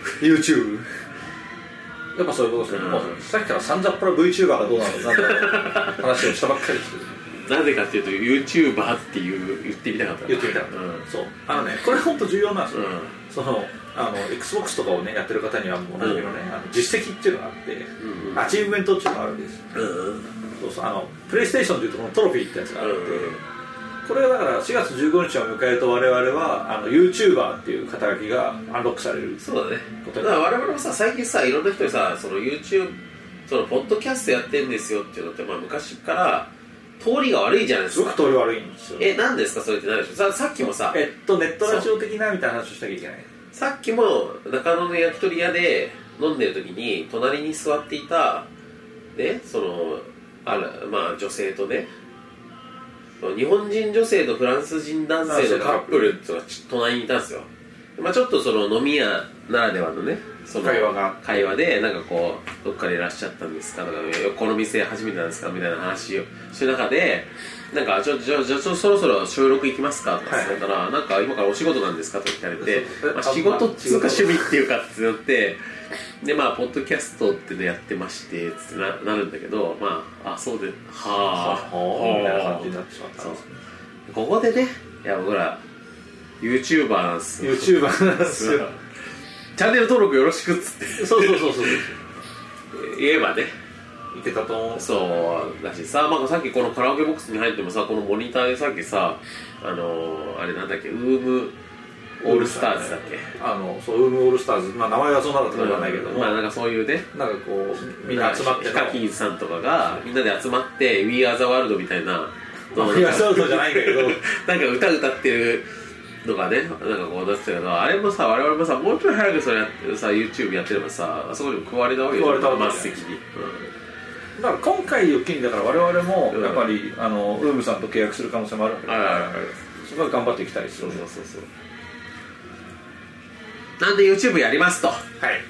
[SPEAKER 3] やっぱそういうことですね、もうさっきからさんざっぱら VTuber がどうなのかって話をしたばっかりですけど
[SPEAKER 2] なぜかっていうと YouTuber って言ってみたかった。
[SPEAKER 3] そうこれ本当重要なんですよ、そのXbox とかをねやってる方にはもう何もね、実績っていうのがあって、アチーブメントっていうのがあるわけです、プレイステーションっていうとこのトロフィーってやつがあって、これはだから4月15日を迎えると我々はYouTuber っていう肩書きがアンロックされる。
[SPEAKER 2] そうだね。だから我々もさ最近さいろんな人にさその YouTube そのポッドキャストやってるんですよっていうのって、まあ、昔から通りが悪いじゃないですか。
[SPEAKER 3] すごく通り悪いんですよ。
[SPEAKER 2] 何ですかそれって何でしょう。さっきもさ
[SPEAKER 3] ネットラジオ的なみたいな話をしなきゃいけない。
[SPEAKER 2] さっきも中野の焼き鳥屋で飲んでる時に隣に座っていたねそのまあ女性とね日本人女性とフランス人男性のカップルっていうのが隣にいたんですよ。まあ、ちょっとその飲み屋ならではのねその会話でなんかこうどっかでいらっしゃったんですかとかこの店初めてなんですかみたいな話をしてる中でなんかじゃあそろそろ収録行きますかとか言ったら、なんか今からお仕事なんですかと聞かれて、まあ、仕事っつうか趣味っていうかってなってでまあポッドキャストっていうのやってましてつってなるんだけど、まあそうではあみたいな感じになってしまったんですね。ここでねいや僕らYouTuber なんですよ。
[SPEAKER 3] YouTuber なんですよ。
[SPEAKER 2] チャンネル登録よろしくっつって
[SPEAKER 3] そう
[SPEAKER 2] 言えばね
[SPEAKER 3] いけたと思う。
[SPEAKER 2] そうだしさ、まあ、さっきこのカラオケボックスに入ってもさ、このモニターでさっきさ、あれなんだっけ、ウームオールスターズだっけ、
[SPEAKER 3] そうウームオールスターズ、まあ、名前はそんなだったかわかんないけども、
[SPEAKER 2] まあなんかそういうね、
[SPEAKER 3] なんかこうみんな集まって
[SPEAKER 2] ヒカキンさんとかがみんなで集まって We Are the World みたいな、
[SPEAKER 3] We Are the World じゃないんだけど
[SPEAKER 2] なんか歌ってるのがね、なんかこうなってたけど、あれもさ、我々もさ、もうちょい早くそれやってさ、 YouTube やってればさ、あそこにも加われたわけよ、末席に、
[SPEAKER 3] だから今回を機にだから我々もやっぱり、ウームさんと契約する可能性もあるわけだから、そこは頑張っていきたいですよね。そう
[SPEAKER 2] なんで YouTube やりますと、
[SPEAKER 3] はい、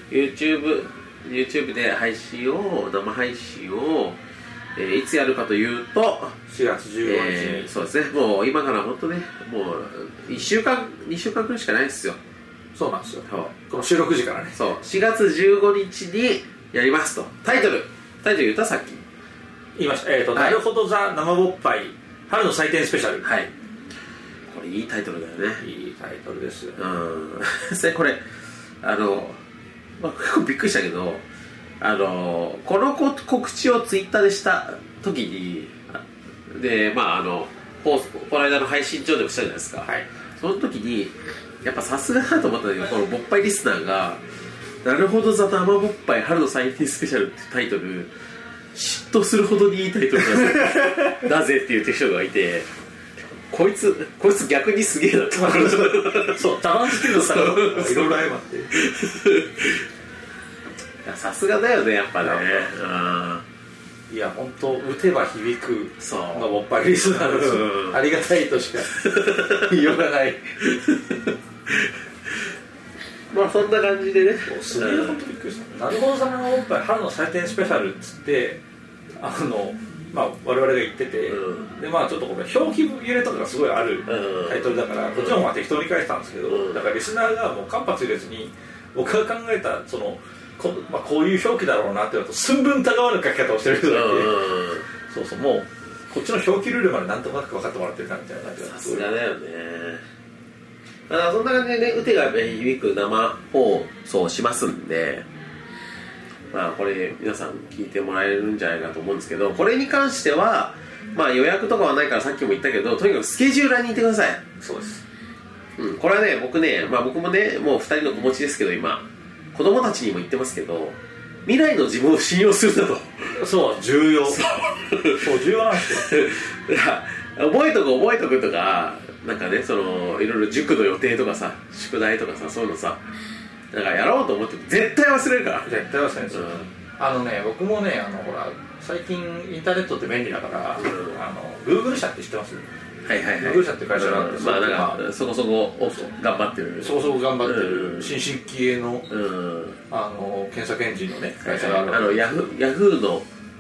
[SPEAKER 2] YouTube で生配信を、いつやるかというと
[SPEAKER 3] 4月15日に、
[SPEAKER 2] そうですね、もう今から本当ね、もう1週間2週間くらいしかないですよ。
[SPEAKER 3] そうなんですよ、この収録時からね。
[SPEAKER 2] そう、4月15日にやりますと。タイトル言った？さっき
[SPEAKER 3] 言いました。なるほどザ生ぼっぱい春の祭典スペシャル。
[SPEAKER 2] はい、これいいタイトルだよね。
[SPEAKER 3] いいタイトルですよ。
[SPEAKER 2] これまあ、結構びっくりしたけど、この告知をツイッターでした時に、でまあこの間の配信上でもしたじゃないですか、はい、その時にやっぱさすがだと思ったんだけど、このぼっぱいリスナーがなるほどザ生ぼっぱい春の祭典スペシャルってタイトル嫉妬するほどにいいタイトルだぜって言ってる人がいて、こいつ逆にすげえなって
[SPEAKER 3] そうダバンスキルの差がいろいろ相まって
[SPEAKER 2] さすがだよね、やっぱね。
[SPEAKER 3] いや本当打てば響くのぼっぱいリスナーです。ありがたいとしか言いようがない
[SPEAKER 2] まあそんな感じでね、
[SPEAKER 3] すげえ本当びっくりした。なるほどさまのぼっぱい春の祭典スペシャルっつってまあ、我々が言ってて、でまあちょっとこれ表記揺れとかがすごいあるタイトルだから、こっちもまあ適当に書いてたんですけど、だからリスナーがもう間髪入れずに僕が考えたこういう表記だろうなっていうのと寸分たがわぬ書き方をしてる人がいて、そうもうこっちの表記ルールまでなんとなく分かってもらってるなみたいな感じが。
[SPEAKER 2] さすがだよね。だからそんな感じでね、打てが響く生放送しますんで、まあこれ皆さん聞いてもらえるんじゃないかと思うんですけど、これに関してはまあ予約とかはないからさっきも言ったけど、とにかくスケジューラーにいてください。
[SPEAKER 3] そうです、
[SPEAKER 2] これはね、僕もねもう2人の子持ちですけど、今子供たちにも言ってますけど、未来の自分を信用するなと。
[SPEAKER 3] そう重要そう重要なんですよ
[SPEAKER 2] 覚えとくとか、なんかね、いろいろ塾の予定とかさ、宿題とかさ、そういうのさ、なんかやろうと思っても絶対忘れるから。
[SPEAKER 3] 絶対忘れるんですよ、僕もねほら最近インターネットって便利だから、Google 社って知ってます？Google 社って会社があって、
[SPEAKER 2] まあなんかそこそこ頑張ってる、
[SPEAKER 3] 新進気鋭の検索エンジンのね会社がある。
[SPEAKER 2] ヤフーの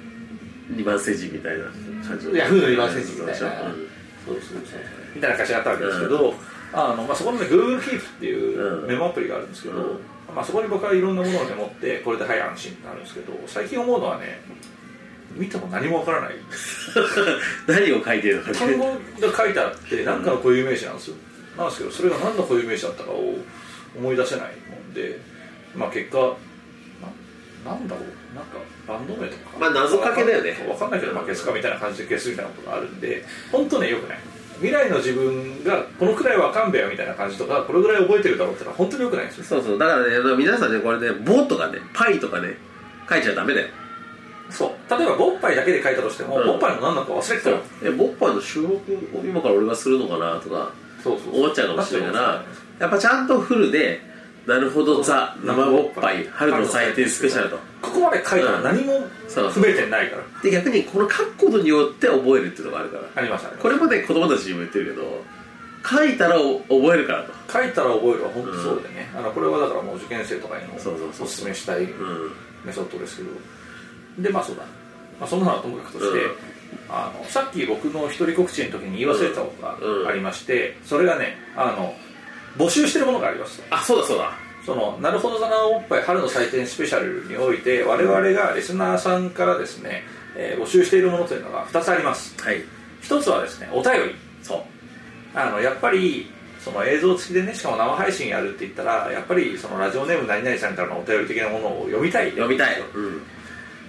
[SPEAKER 2] 2番センチみたいな感じ。
[SPEAKER 3] ヤフーの2番センチみたいな、みたいな会社があったわけですけど、そこのね Google Keep っていうメモアプリがあるんですけど、そこに僕はいろんなものをメモってこれではい安心ってなるんですけど、最近思うのはね、見ても何もわからない
[SPEAKER 2] 何を書いてるのか、
[SPEAKER 3] 単語が書いてあって何かの固有名詞なんですよ。なんですけど、それが何の固有名詞だったかを思い出せないもんで、結果なんだろう、なんかバンド名とか
[SPEAKER 2] 謎かけだよね。
[SPEAKER 3] 分かんないけど消すかみたいな感じで消すみたいなことがあるんで、本当ねよくない。未来の自分がこのくらいわかんべよみたいな感じとか、これぐらい覚えてるだろうってのは本当によくないんですよ。
[SPEAKER 2] そうだからね、皆さんね、これね、ボとかね、パイとかね書いちゃダメだよ。
[SPEAKER 3] そう、例えばボッパイだけで書いたとしても、ボッパイの何なのか忘れてたら、
[SPEAKER 2] ボッパイの収録を今から俺がするのかなとか思っちゃうかもしれないから、やっぱちゃんとフルでなるほどザ生ボッパイ春の祭典スペシャルと
[SPEAKER 3] ここまで書いたら何も不明点ないから、
[SPEAKER 2] で逆にこの書くことによって覚えるっていうのがあるから。
[SPEAKER 3] ありましたね。
[SPEAKER 2] これまで子供たちにも言ってるけど、書いたら覚えるからと。
[SPEAKER 3] 書いたら覚えるは本当そうでね、これはだからもう受験生とかにもおすすめしたいメソッドですけど、でそうだ、そんなのはともかくとして、さっき僕の一人告知の時に言い忘れたことがありまして、それがね、募集してるものがあります。
[SPEAKER 2] そうだ、
[SPEAKER 3] なるほどザナおっぱい春の祭典スペシャルにおいて我々がリスナーさんからですね、募集しているものというのが2つあります。1つはですね、お便り。やっぱり映像付きでね、しかも生配信やるって言ったら、やっぱりラジオネーム何々さんからのお便り的なものを読みたい、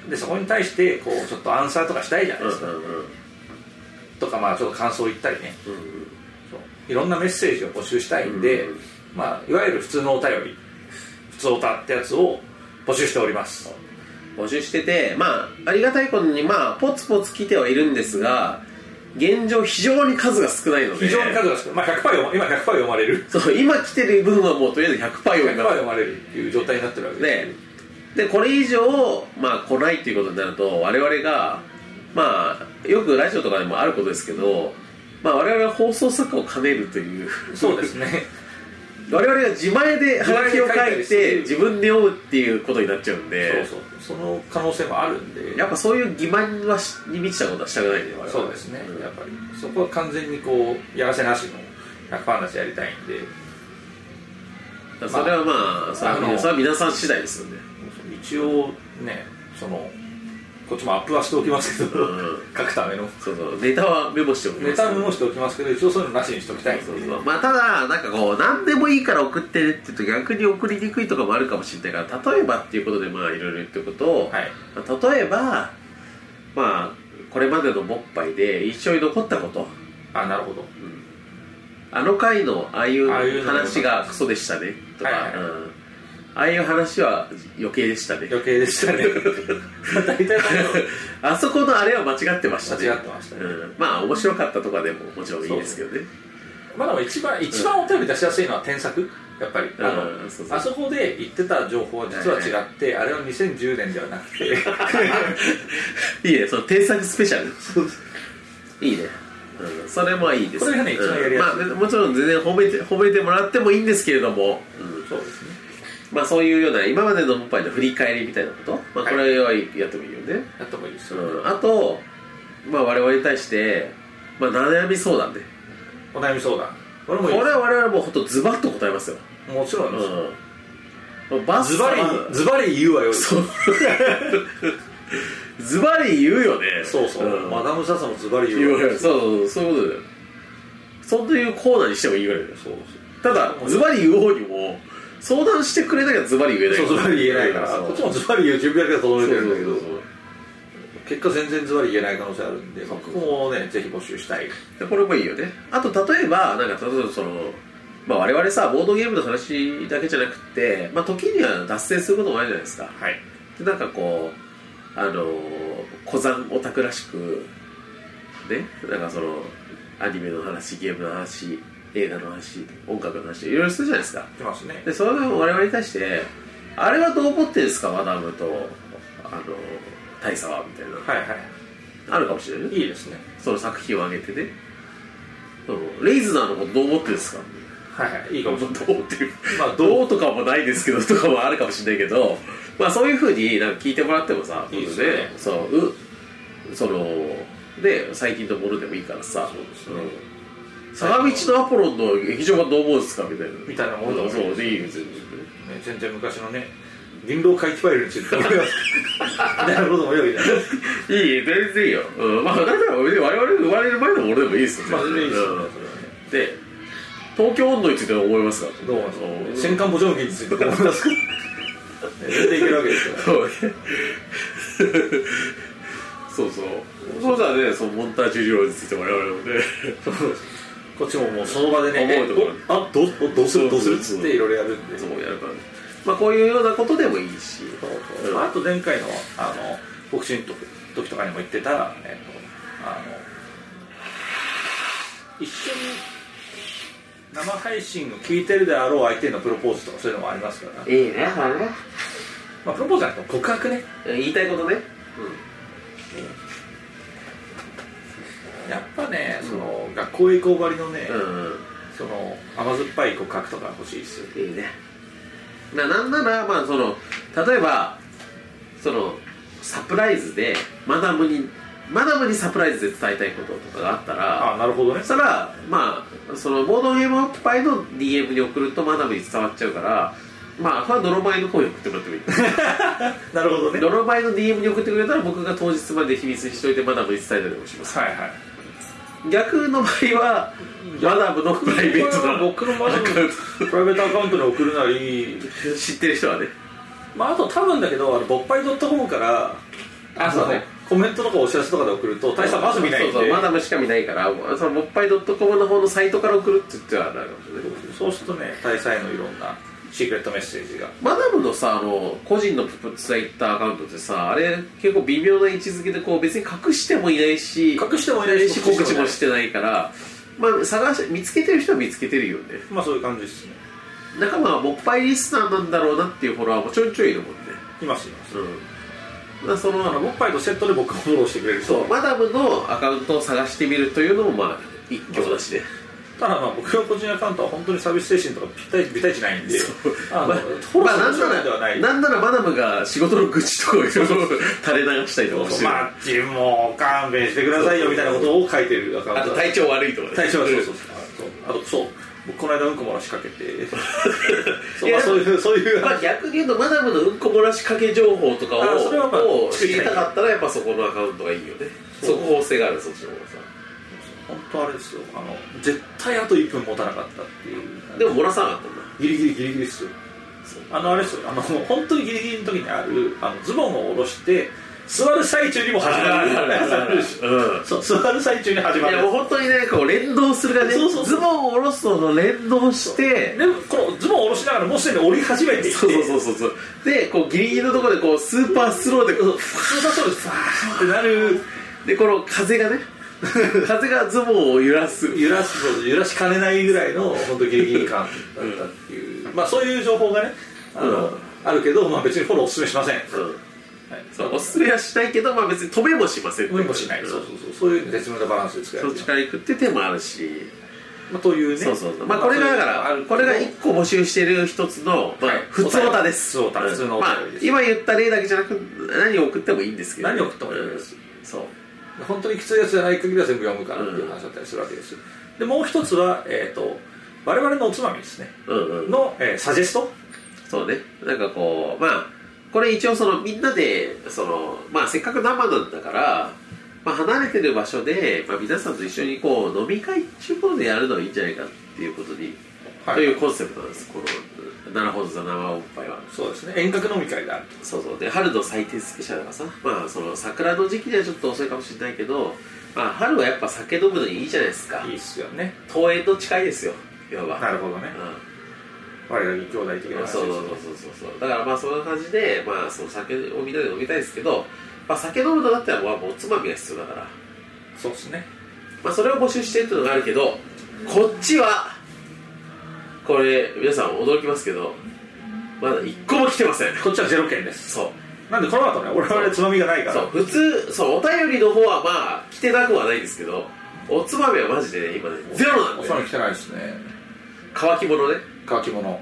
[SPEAKER 3] でそこに対してこうちょっとアンサーとかしたいじゃないですか、とかまあちょっと感想を言ったりね、そういろんなメッセージを募集したいんで、まあ、いわゆる普通のお便り普通おたってやつを募集しております。
[SPEAKER 2] 募集してて、まあありがたいことにまあポツポツ来てはいるんですが、現状非常に数が少ないので、
[SPEAKER 3] 非常に数が少ない、まあ、今 100% 読まれる、
[SPEAKER 2] そう今来てる分はもうとりあえず 100%
[SPEAKER 3] 読まれるっていう状態になってるわけ
[SPEAKER 2] でこれ以上、まあ、来ないっていうことになると我々がまあよくラジオとかでもあることですけど、まあ、我々は放送作家を兼ねるという
[SPEAKER 3] そうですね
[SPEAKER 2] 我々が自前でハガキを書いて自分で読むっていうことになっちゃうんで、
[SPEAKER 3] その可能性もあるんで、
[SPEAKER 2] やっぱそういう欺瞞はに満ちたことはしたくないね。
[SPEAKER 3] そうですね、やっぱりそこは完全にこうやらせなしの 100% なしやりたいんで、
[SPEAKER 2] それはまあそれは皆さん次第ですよね。
[SPEAKER 3] 一応ね、こっちもアップはしておきますけど、書くための
[SPEAKER 2] そうネタはメモしておきます、
[SPEAKER 3] ネタはメモしておきますけど、一応そういうのなしにしておきたいんで、
[SPEAKER 2] まあただなんかこう何でもいいから送ってねって言うと逆に送りにくいとかもあるかもしれないから、例えばっていうことでまあいろいろ言っておくと、例えばまあこれまでのもっぱいで印象に残ったこと、
[SPEAKER 3] なるほど、
[SPEAKER 2] あの回のああいう話がクソでしたねとか、ああいう話は余計でしたね大体あそこのあれは間違ってましたね。まあ面白かったとかでももちろんいいですけどね。
[SPEAKER 3] まあでも一番お便り出しやすいのは添削、やっぱりあそこで言ってた情報は実は違って、あれは2010年ではなくて
[SPEAKER 2] いいね、その添削スペシャルいいね、それもいいです。
[SPEAKER 3] これがね一番やりやすい、
[SPEAKER 2] まあもちろん全然褒めてもらってもいいんですけれども、
[SPEAKER 3] そうですね、
[SPEAKER 2] まあそういうような今までのもっぱいの振り返りみたいなこと、まあこれはやってもいいよね。
[SPEAKER 3] やってもいいですよ、
[SPEAKER 2] あとまあ我々に対してまあ悩み相談で、
[SPEAKER 3] お悩み相談、これ
[SPEAKER 2] は我々も本当ズバッと答えますよ。
[SPEAKER 3] もちろんです、
[SPEAKER 2] ズ
[SPEAKER 3] バリ言うわよ。
[SPEAKER 2] ズバリ言うよね。
[SPEAKER 3] そう、マダム・ザ・ザもズバリ言うわよ。
[SPEAKER 2] そういうことだよ。そういうコーナーにしてもいいぐらいだよ。ただズバリ言う方にも相談してくれなきゃズバリ言えない。
[SPEAKER 3] ズバリ言えないから、こっちもズバリ言う準備だけは整えてるんだけど、結果全然ズバリ言えない可能性あるんで、ここもねぜひ募集したい。
[SPEAKER 2] これもいいよね。あと例えばまあ我々さボードゲームの話だけじゃなくて、まあ時には脱線することもあるじゃないですか。でなんかこう小山オタクらしくね、なんかアニメの話、ゲームの話、映画の話、音楽の話いろいろするじゃないですか。
[SPEAKER 3] しますね。
[SPEAKER 2] でそれを我々に対してあれはどう思ってるんですか、マダムと大佐はみたいな、あるかもしれない。
[SPEAKER 3] いいですね。
[SPEAKER 2] その作品を挙げてね、レイズナーのことどう思ってるんですか。
[SPEAKER 3] いいかもしれない。
[SPEAKER 2] どうっていう、まあどうとかもないですけどとかもあるかもしれないけど、まあそういうふうになんか聞いてもらってもさ、いいですね。で最近のものでもいいからさ、坂道のアポロンの劇場版どう思うんですかみたいな
[SPEAKER 3] ものだ。
[SPEAKER 2] そうでいいですよね。
[SPEAKER 3] 全然昔のね銀狼回帰ファイルについてみたいなこともよいじゃないですか。
[SPEAKER 2] いい、全然いいよ。まあだから我々生まれる前のものでもいいですよね。
[SPEAKER 3] まあ全然いいですよね。
[SPEAKER 2] で東京温度についてどう思いますか。
[SPEAKER 3] どう思いますか。戦艦ボジョンギについてどう思いますか。全然いけるわけですから。そうだね。モンタージュ理論について我々もね。こっちももうその場でね、どうするっていろいろやるんで。
[SPEAKER 2] そうやるから。まあこういうようなことでもいいし。
[SPEAKER 3] あと前回のボクシングの時とかにも言ってた一緒に生配信を聞いてるであろう相手のプロポーズとかそういうのもありますから。
[SPEAKER 2] いいね、
[SPEAKER 3] まあプロポーズじゃなくて告白ね。
[SPEAKER 2] 言いたいことね。
[SPEAKER 3] やっぱね、学校へ行こうばりのね、甘酸っぱい告白とか欲しいですよ。
[SPEAKER 2] いいね。なんならまあ例えばサプライズでマダムにサプライズで伝えたいこととかがあったら、
[SPEAKER 3] なるほどね。
[SPEAKER 2] そしたらまあボードゲームおっぱいの DM に送るとマダムに伝わっちゃうから、まあこれは泥米の方に送ってもらってもいい。
[SPEAKER 3] なるほどね。
[SPEAKER 2] 泥米の DM に送ってくれたら僕が当日まで秘密にしといてマダムに伝えたりもします。逆の場合はマダムのプライベートな
[SPEAKER 3] 僕のマダムのプライベートアカウントに送るなり
[SPEAKER 2] 知ってる人はね。
[SPEAKER 3] まああと多分だけどボッパイ .com からそうね、コメントとかお知らせとかで送ると大佐まず見ないんで、
[SPEAKER 2] そうマダムしか見ないから、そのもっぱい .com の方のサイトから送るって言ってはなるかもしれない。
[SPEAKER 3] そうするとね、大佐へのいろんなシークレットメッセージが。
[SPEAKER 2] マダムのさ、個人のツイッターアカウントってさ、あれ結構微妙な位置づけでこう別に隠してもいないし
[SPEAKER 3] 告知も
[SPEAKER 2] してないから、まあ見つけてる人は見つけてるよね。
[SPEAKER 3] まあそういう感じですね。
[SPEAKER 2] 仲間はもっぱいリスナーなんだろうなっていうフォロワーもちょいちょいいるもんね。
[SPEAKER 3] います。
[SPEAKER 2] その
[SPEAKER 3] もっぱいとセットで僕をフォローしてくれる人、
[SPEAKER 2] そうマダムのアカウントを探してみるというのもまあ一挙だしね。
[SPEAKER 3] ただ僕の個人アカウントは本当にサービス精神とかビタイチないんで、フォローする人ではない。
[SPEAKER 2] なんならマダムが仕事の愚痴とかをいろいろ垂れ流したりとかしてる。
[SPEAKER 3] マッチも勘弁してくださいよみたいなことを書いてるアカウント。
[SPEAKER 2] あと体調悪いとかね。
[SPEAKER 3] 体調悪い、そうあとそうこの間うんこ漏らしかけてそういう
[SPEAKER 2] まあ逆に言うとマダムのうんこ漏らしかけ情報とかを知りたかったらやっぱそこのアカウントがいいよね。速報性がある、そっちの方がさ。
[SPEAKER 3] 本当あれですよ、絶対あと1分持たなかったっていう。
[SPEAKER 2] でも漏らさなかったんだ。
[SPEAKER 3] ギリギリですよ。あれですよ、本当にギリギリの時にあるズボンを下ろして座る最中にも始まる。そう、座る最中に始まる。
[SPEAKER 2] いやもう本当にね、こう連動するがね、ズボンを下ろすのと連動して、
[SPEAKER 3] でもこのズボンを下ろしながらもうすでに降り始めていて、
[SPEAKER 2] そうでこうギリギリのところでこうスーパースローで
[SPEAKER 3] スーパースローでファーってなる。
[SPEAKER 2] でこの風がね風がズボンを揺らし
[SPEAKER 3] かねないぐらいの本当ギリギリ感だったっていう、まあそういう情報がねあるけど、まあ別にフォローおすすめしません。
[SPEAKER 2] そうおすすめはしないけど、まあ別に止めもしません。
[SPEAKER 3] 止めもしない。そういう絶妙なバランスで使える。
[SPEAKER 2] そっちから行くって手もあるし、
[SPEAKER 3] まあというね。
[SPEAKER 2] まあこれがだからこれが1個募集している一つの普通オタです。
[SPEAKER 3] 普通のオタです。
[SPEAKER 2] 今言った例だけじゃなく何を送ってもいいんですけど。
[SPEAKER 3] 何を送ってもいいんです。
[SPEAKER 2] そう。
[SPEAKER 3] 本当にきついやつじゃない限りは全部読むからっていう話だったりするわけですよ。でもう一つは我々のおつまみですね。のサジェスト。
[SPEAKER 2] そうね。なんかこうまあこれ一応みんなでまあせっかく生なんだから、まあ離れてる場所でまあ皆さんと一緒にこう飲み会っていうことでやるのがいいんじゃないかっていうことに、というコンセプトなんです。このなるほどザ生おっぱいは。
[SPEAKER 3] そうですね。遠隔飲み会である。
[SPEAKER 2] そうで春の祭典スペシャルがさ、まあ桜の時期ではちょっと遅いかもしれないけど、まあ春はやっぱ酒飲むのにいいじゃないですか。
[SPEAKER 3] いいっすよね。
[SPEAKER 2] 桃園の近いですよ。要は。
[SPEAKER 3] なるほどね。我々に兄弟的な話です。
[SPEAKER 2] そうだからまあそんな感じで、まあその酒をみんなで飲みたいですけど、まあ酒飲むのだったらもうおつまみが必要だから。
[SPEAKER 3] そうですね。
[SPEAKER 2] まあそれを募集してるっていうのがあるけど、こっちはこれ皆さん驚きますけど、まだ1個も来てません。
[SPEAKER 3] こっちは0件です。
[SPEAKER 2] そう。
[SPEAKER 3] なんでこの後ね、俺はつまみがないから。
[SPEAKER 2] そう普通お便りの方はまあ来てなくはないんですけど、おつまみはマジでね今ねゼロなんで。
[SPEAKER 3] おつまみ来てないですね。
[SPEAKER 2] 乾き物ね。
[SPEAKER 3] 乾き物。
[SPEAKER 2] こ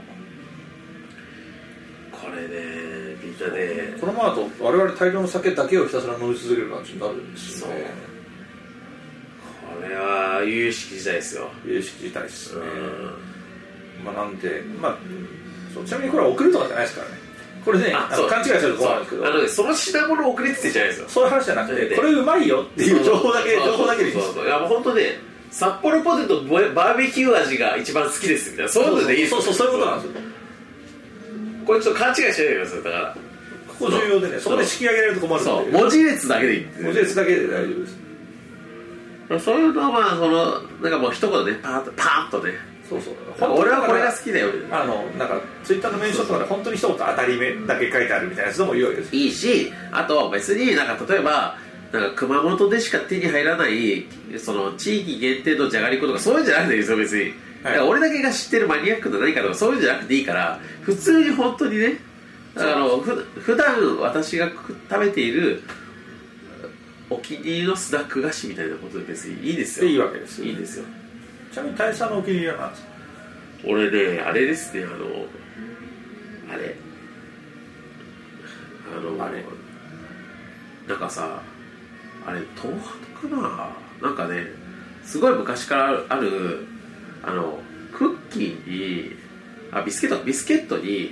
[SPEAKER 2] れねみんなね。
[SPEAKER 3] このままだと我々大量の酒だけをひたすら飲み続ける感じになるんですよね。
[SPEAKER 2] これは有識事態ですよ。
[SPEAKER 3] 有識事態ですね。まあなんでまあちなみにこれは送るとかじゃないですからね。これね勘違いするところなんですけど、
[SPEAKER 2] その品物を送れって言ってじゃないですよ。
[SPEAKER 3] そういう話じゃなくて、これうまいよっていう情報だけでいいです。
[SPEAKER 2] いやもう本当ね、札幌ポテトバーベキュー味が一番好きですみたいな、そういうのでいいです。
[SPEAKER 3] そういうことなんですよ。
[SPEAKER 2] これちょっと勘違いしないでください。だから
[SPEAKER 3] ここ重要でね、そこで式上げられると困るん
[SPEAKER 2] で、文字列だけでいい。
[SPEAKER 3] 文字列だけで大丈夫です。
[SPEAKER 2] そういうのはまあなんかもう一言ねパーンとね。
[SPEAKER 3] そう
[SPEAKER 2] 俺はこれが好きだよ。
[SPEAKER 3] なんかツイッターのメンションとかで本当に一言当たり目だけ書いてあるみたいなやつでもいいわけです。
[SPEAKER 2] いいし、あと別になんか例えばなんか熊本でしか手に入らない地域限定のじゃがりことかそういうんじゃなくていいですよ別に。だから俺だけが知ってるマニアックな何かとかそういうんじゃなくていいから、普通に本当にね、普段私が食べているお気に入りのスナック菓子みたいなことで別にいいですよ。
[SPEAKER 3] いいわけですよ。
[SPEAKER 2] いいですよ。
[SPEAKER 3] ちなみに大佐のお気に入りは何ですか？
[SPEAKER 2] 俺ね、あれですね、あれなんかさ、あれ東ハトかな、なんかねすごい昔からあるクッキーにビスケットに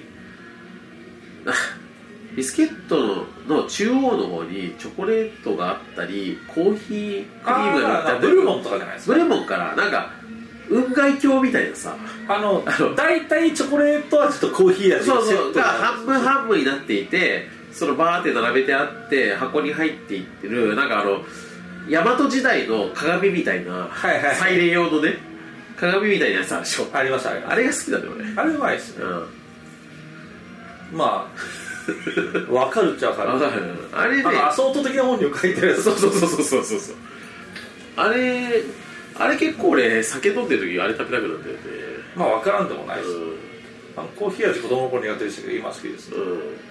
[SPEAKER 2] ビスケットの中央の方にチョコレートがあったりコーヒークリームが
[SPEAKER 3] ブルボンとかじゃないですか。
[SPEAKER 2] ブルボンからなんか雲海鏡みたいなさ、
[SPEAKER 3] 大体チョコレート味とコーヒー味
[SPEAKER 2] が半分半分になっていて、 そのバーって並べてあって箱に入っていってるなんか大和時代の鏡みたいな、祭礼用のね鏡みたいなやつあるでしょ。
[SPEAKER 3] ありますあります。
[SPEAKER 2] あれが好きだね俺。
[SPEAKER 3] あれうまいですね、まあ分かるっちゃ分かる。
[SPEAKER 2] あれね
[SPEAKER 3] アソート的なもんに書いてるやつ。
[SPEAKER 2] そうあれ結構俺酒飲んでる時あれ食べたくなったよね。
[SPEAKER 3] まあ分からんでもないです、コーヒー味子供の頃苦手でしたけど今好きですね。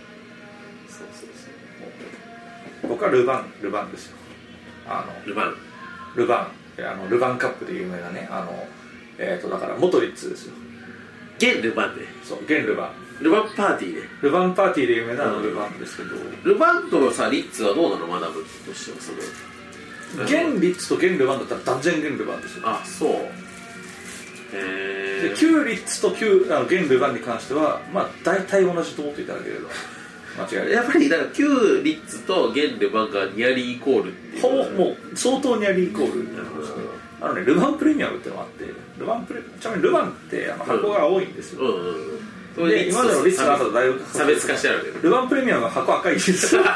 [SPEAKER 3] 僕はルバンですよ。ルバンカップで有名なねだからモトリッツですよ。
[SPEAKER 2] 現ルバンで。
[SPEAKER 3] そう現ルバン
[SPEAKER 2] パーティーで。
[SPEAKER 3] ルバンパーティーで有名なルバンですけど、
[SPEAKER 2] ルバンとのさリッツはどうなのマダムとしてはその
[SPEAKER 3] 現リッツと現ルバンだったら断然現ルバンですよ。
[SPEAKER 2] あそう。
[SPEAKER 3] で旧リッツと現ルバンに関してはまあ大体同じと思っていただければ間違いない。
[SPEAKER 2] やっぱりだから旧リッツと現ルバンがニアリーイコールっていう、
[SPEAKER 3] ほぼもう相当ニアリーイコールになりますね。ルバンプレミアムってのがあって、ちなみにルバンって箱が青いんですよ、で今までのリッツの後とだいぶ
[SPEAKER 2] 差別化してあるけど、
[SPEAKER 3] ルバンプレミアムが箱赤いんですよ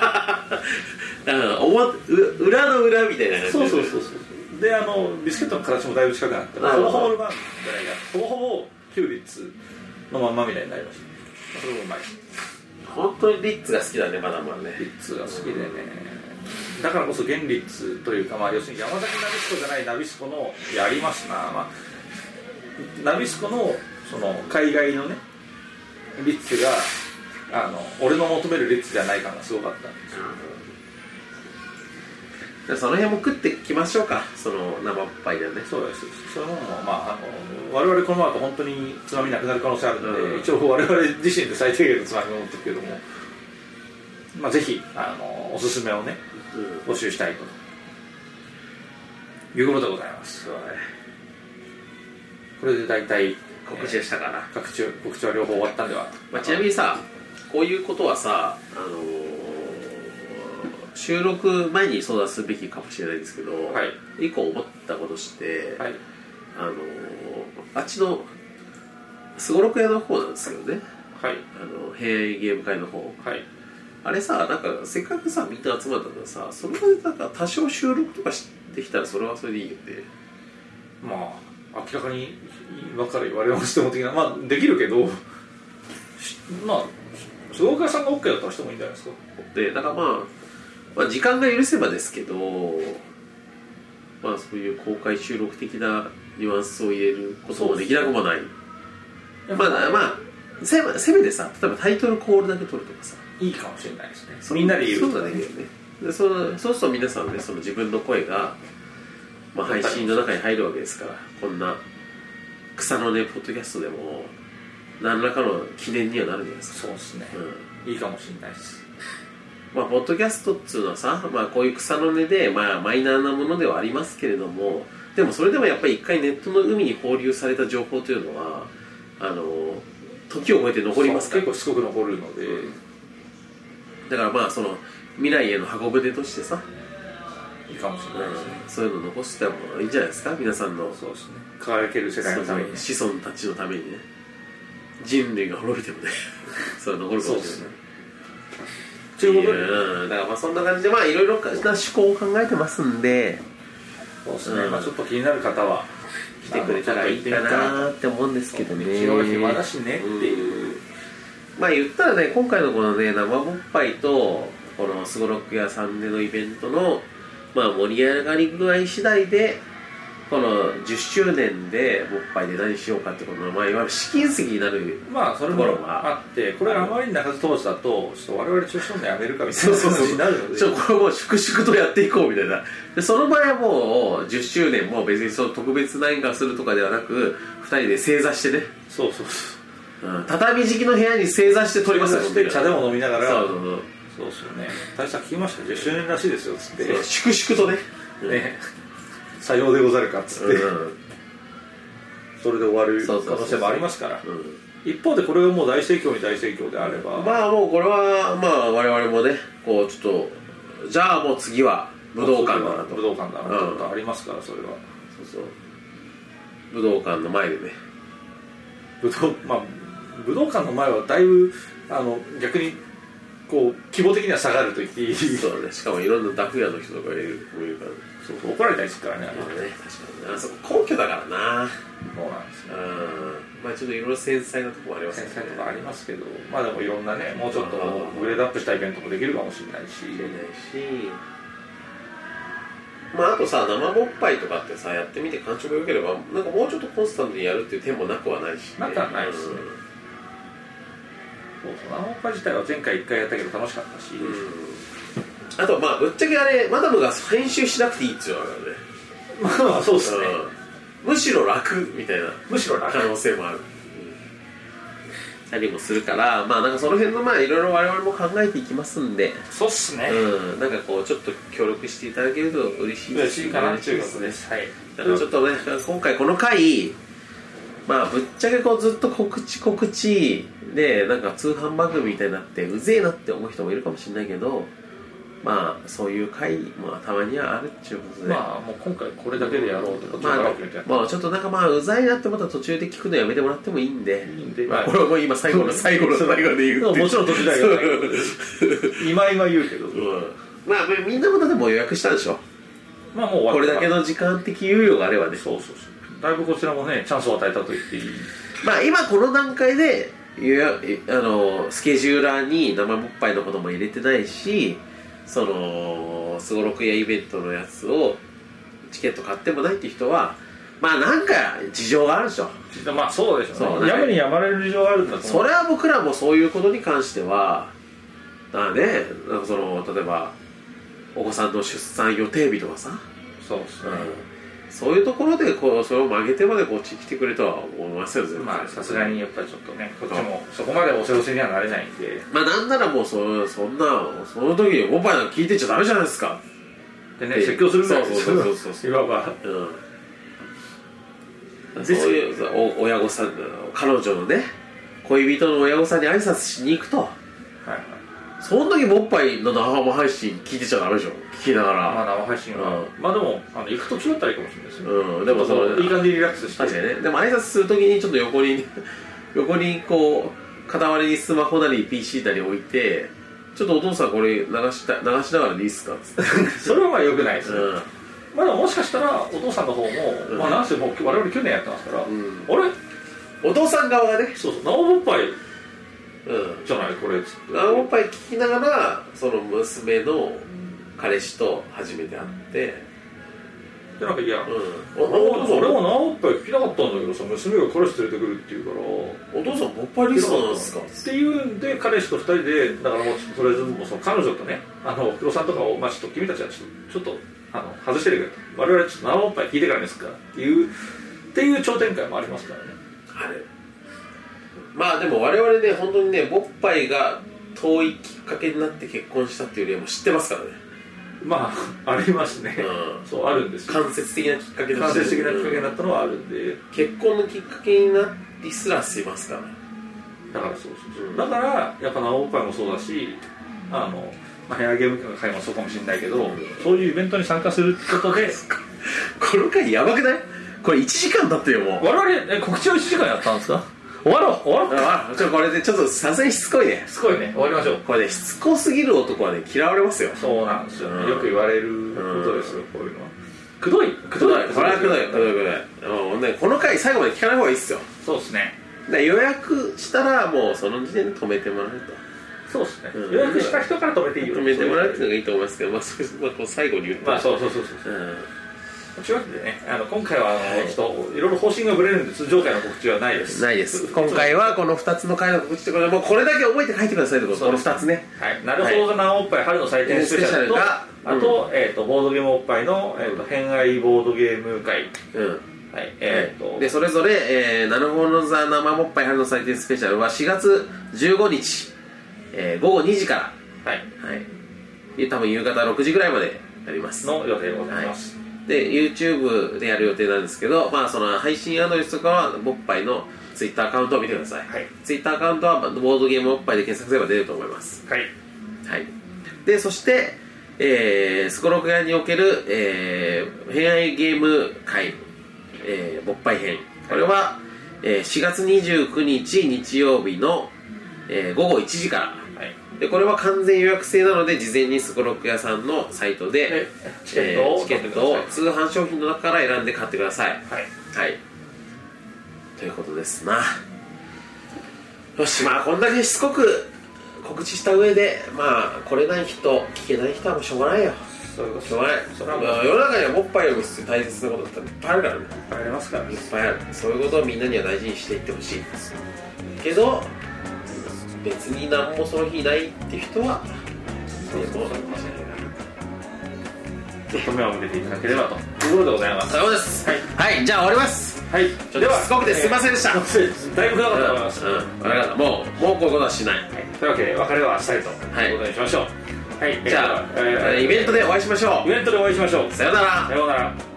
[SPEAKER 2] 裏の裏みたいな感じ。
[SPEAKER 3] そうでビスケットの形もだいぶ近くなってほぼほぼルバンじゃないやほぼほぼ旧リッツのまんまみたいになりました。それもうまい。
[SPEAKER 2] 本当にリッツが好きだねマダムはね。
[SPEAKER 3] リッツが好きでね、だからこそ現リッツというか、まあ、要するに山崎ナビスコじゃないナビスコのやりますな、まあ、ナビスコのその海外のねリッツが俺の求めるリッツじゃない感がすごかったんですよ、
[SPEAKER 2] その辺も食ってきましょうか。その生っぱいだよね。
[SPEAKER 3] そうです。それもまあ我々この後本当につまみなくなる可能性あるので、一応我々自身で最低限のつまみを持ってるけども、まあぜひおすすめをね募集したいということでございます。これで大体
[SPEAKER 2] 告知したかな。
[SPEAKER 3] 告知は両方終わったんでは。
[SPEAKER 2] まあ、ちなみにさこういうことはさ収録前に相談すべきかもしれないですけど、一個思ったことして、あっちのすごろく屋の方なんですけどね、平安ゲーム会の方、あれさなんかせっかくさみんな集まったからさそれでなんか多少収録とかできたらそれはそれでいいよね。
[SPEAKER 3] まあ明らかに今から言われましても的なまあできるけどまあすごろく屋さんが OK だったらしてもいいんじゃないですか。
[SPEAKER 2] でだからまあ時間が許せばですけど、まあそういう公開収録的なニュアンスを入れることもできなくもない。まあせめてさ例えばタイトルコールだけ取るとかさ
[SPEAKER 3] いいかもしれないですね。みんなで言う
[SPEAKER 2] そうだね。でそうすると皆さんねその自分の声が、まあ、配信の中に入るわけですから、こんな草の根ポッドキャストでも何らかの記念にはなるじゃないですか。
[SPEAKER 3] そうですね、いいかもしれないです。
[SPEAKER 2] まあ、ポッドキャストっつうのはさ、まあ、こういう草の根で、まあ、マイナーなものではありますけれども、でもそれでもやっぱり一回ネットの海に放流された情報というのは時を超えて残りますから。
[SPEAKER 3] 結構しつこく残るので、
[SPEAKER 2] だからまあその未来への箱舟としてさ
[SPEAKER 3] いいかもしれないですね、
[SPEAKER 2] そういうのを残してもいいんじゃないですか。皆さんの
[SPEAKER 3] そうですね輝ける世界のために、ね、
[SPEAKER 2] 子孫たちのためにね人類が滅びてもねそれは残るかもしれない。そうですねということで、だからまあそんな感じでまあいろいろな思考を考えてますんで、
[SPEAKER 3] そうですね、まあちょっと気になる方は
[SPEAKER 2] 来てくれたらいいかなって思うんですけどね。
[SPEAKER 3] 道の暇だしねっていう、
[SPEAKER 2] まあ言ったらね今回のこのね生ぼっぱいとこのすごろく屋さんでのイベントのまあ盛り上がり具合次第でこの10周年でぼっぱいで何しようかってことの、まあ、いわゆる試金石になる
[SPEAKER 3] まあそれもあってこれがあまりに鳴かず飛ばずだとちょっと我々調子乗んでやめるかみたいな話になるので
[SPEAKER 2] これもう粛々とやっていこうみたいな。でその場合はもう10周年も別にその特別何かするとかではなく2人で正座してね、
[SPEAKER 3] そう、
[SPEAKER 2] 畳敷きの部屋に正座して撮りますよ。
[SPEAKER 3] 茶でも飲みながら
[SPEAKER 2] そう
[SPEAKER 3] ですよね。大した聞きました10周年らしいですよっつって
[SPEAKER 2] 粛々とね
[SPEAKER 3] さようでござるかっつって、それで終わる可能性もありますから。一方でこれがもう大盛況に大盛況であれば
[SPEAKER 2] まあもうこれはまあ我々もねこうちょっとじゃあもう次は武道館だなと
[SPEAKER 3] 武道館だなとありますからそれは
[SPEAKER 2] そう武道館の前でね
[SPEAKER 3] 武道館の前はだいぶ逆にこう規模的には下がると言っていい。
[SPEAKER 2] そうね、しかもいろんなダフ屋の人とかいるから、
[SPEAKER 3] そうそう怒られたりするからね、
[SPEAKER 2] あれね、確かにな、そこ皇居だからな。
[SPEAKER 3] そうなんですよ。
[SPEAKER 2] まあちょっといろいろ繊細なところもありますね。
[SPEAKER 3] 繊細とかありますけど、まあでもいろんなね、もうちょっとグレードアップしたイベントもできるかもしれないし、
[SPEAKER 2] まああとさ、生ぼっぱいとかってさ、やってみて感触が良ければ、なんかもうちょっとコンスタントにやるっていう点もなくはないし、
[SPEAKER 3] なくはないですね。そうそう、生ぼっぱい自体は前回1回やったけど楽しかったし、
[SPEAKER 2] あとまあぶっちゃけあれ、マダムが編集しなくていいっていうのがあるね。
[SPEAKER 3] まあそうですね、
[SPEAKER 2] むしろ楽みたいな可能性もあるたりもするから、まあなんかその辺のまあいろいろ我々も考えていきますんで、
[SPEAKER 3] そうっすね、
[SPEAKER 2] なんかこうちょっと協力していただけると嬉しいです、
[SPEAKER 3] 嬉しいかなということです。はい。
[SPEAKER 2] だからちょっとね、今回この回、まあぶっちゃけこうずっと告知でなんか通販番組みたいになってうぜえなって思う人もいるかもしれないけど、まあそういう回もたまにはあるっていうことで、
[SPEAKER 3] まあもう今回これだけでやろうとか、
[SPEAKER 2] まあちょっとなんかまあうざいなって思ったら途中で聞くのやめてもらってもいいんで、まあこれはもう今最後の最後で言うって、
[SPEAKER 3] もちろん途中では言わない今言うけど、
[SPEAKER 2] まあみんなもだってもう予約したんでしょ。まあもうこれだけの時間的猶予があればね。
[SPEAKER 3] そうだいぶこちらもねチャンスを与えたと言っていい。
[SPEAKER 2] まあ今この段階でスケジューラーに生ぼっぱいのことも入れてないし、そのすごろくやイベントのやつをチケット買ってもないっていう人は、まあなんか事情があるでしょ。
[SPEAKER 3] まあそうでしょうね。やむにやまれる事情があるんだと思う。
[SPEAKER 2] それは僕らもそういうことに関してはだね、なんかその例えばお子さんの出産予定日とかさ、
[SPEAKER 3] そうですね、
[SPEAKER 2] そういうところでこうそれを曲げてまでこっち来てくれとは思いますよ。
[SPEAKER 3] まあさすがにやっぱりちょっとね、こっちもそこまでおせおせにはなれないんで、
[SPEAKER 2] まあなんならもうそんなその時におっぱいなんか聞いてちゃダメじゃないですか
[SPEAKER 3] でね、説教するぐらいですよ。
[SPEAKER 2] そう
[SPEAKER 3] いわば、
[SPEAKER 2] そういう親御さん、彼女のね恋人の親御さんに挨拶しに行くと、その時もおっぱいの生配信聞いてちゃダメでしょ。聞きながら、
[SPEAKER 3] まあ生配信は、まあでも行く途中だったらいいかもしれないですよ。でもそのいい感じにリラックスして、
[SPEAKER 2] 確かにね。でも挨拶する時にちょっと横にこう片割れにスマホなり PC なり置いて、ちょっとお父さんこれ流しながらでいいっすかっつって
[SPEAKER 3] それはまあ良くないですね。まあでももしかしたらお父さんの方も、まあなんせもう我々去年やってますから、あれ
[SPEAKER 2] お父さん側がね、
[SPEAKER 3] そう生ぼっぱいじゃないこれ、
[SPEAKER 2] 生ぼっぱい聞きながらその娘の彼氏と初めて会って、
[SPEAKER 3] でなんかいや、俺も生ぼっぱい聞きたかったんだけどさ、娘が彼氏連れてくるって言うから、
[SPEAKER 2] お父さんぼっぱいリストなんですか
[SPEAKER 3] っていうんで、彼氏と2人でだからもうとりあえずもうその彼女とね、黒さんとかを、まあ、ちょっと君たちはちょっと外しててくれと、我々はちょっと生ぼっぱい聞いてからですからっていう超展開もありますからね。
[SPEAKER 2] あれまあでも我々ね、本当にね、ぼっぱいが遠いきっかけになって結婚したっていう例も知ってますからね。
[SPEAKER 3] まあありますね、そうあるんですよ。
[SPEAKER 2] 間接的なきっかけ
[SPEAKER 3] になったのはあるんで、
[SPEAKER 2] 結婚のきっかけになりすらしますから。
[SPEAKER 3] だからそうだからやっぱ生ぼっぱいもそうだし、まあ、ヘアゲーム会もそうかもしれないけど、そういうイベントに参加することで
[SPEAKER 2] この回やばくない？これ1時間だってよ。もう
[SPEAKER 3] 我々告知を1時間やったんですか？終わろう
[SPEAKER 2] これでちょっとさすがにしつこいね。
[SPEAKER 3] 終わりましょう。
[SPEAKER 2] これね、しつこすぎる男はね嫌われますよ。
[SPEAKER 3] そうなんですよね、よく言われることですよ、こういうのは。くどい
[SPEAKER 2] これはくどい。この回最後まで聞かない方がいいっすよ。
[SPEAKER 3] そうですね。
[SPEAKER 2] 予約したらもうその時点で止めてもらうと。
[SPEAKER 3] そうですね、予約した人から止めていいよ。
[SPEAKER 2] 止めてもらうっていうのがいいと思いますけど、まあこう最後に言って、
[SPEAKER 3] まあそうというわけでね、今回はいろいろ方針がぶれるんで通常回の告知はないです。
[SPEAKER 2] 今回はこの2つの回の告知ということで、もうこれだけ覚えて書いてくださいということ、この2つね。
[SPEAKER 3] なるほどなおっぱい春の祭典スペシャルと、あとボードゲームおっぱいの偏愛ボードゲーム会、でそれぞれなるほどザ生もっぱい春の祭典スペシャルは4月15日、午後2時から、多分夕方6時ぐらいまでやりますの予定でございます。で YouTube でやる予定なんですけど、まあその配信アドレスとかはぼっぱいの Twitter アカウントを見てください。Twitter アカウントはボードゲームおっぱいで検索すれば出ると思います。でそしてスコロク屋における、偏愛ゲーム会、ぼっぱい編、これは、4月29日日曜日の、午後1時から
[SPEAKER 2] でこれは完全予約制なので事前にスゴロク屋さんのサイトで
[SPEAKER 3] チケットを
[SPEAKER 2] 通販商品の中から選んで買ってください。
[SPEAKER 3] はい、
[SPEAKER 2] ということですな。よし、まあこんだけしつこく告知した上で、まあ来れない人聞けない人はもうしょうがないよ。しょうがない。世の中にはもっぱいを必要大切なことだったらいっぱいあるからね。
[SPEAKER 3] いっぱいありますからね。
[SPEAKER 2] いっぱいある。そういうことをみんなには大事にしていってほしいけど、別に何もその日ないっていう人は
[SPEAKER 3] そうかもしれないな。ちょっと目を向けていただければということでございます。
[SPEAKER 2] そうです。はい、じゃあ終わります。
[SPEAKER 3] はい、
[SPEAKER 2] ではすごくですいませんでした。
[SPEAKER 3] だいぶ長かったと思います。
[SPEAKER 2] もうこういうことはしない。
[SPEAKER 3] というわけで別れはしたいということにしましょう。はい、
[SPEAKER 2] じゃあイベントでお会いしましょう。
[SPEAKER 3] イベントでお会いしましょう。
[SPEAKER 2] さようなら。
[SPEAKER 3] さようなら。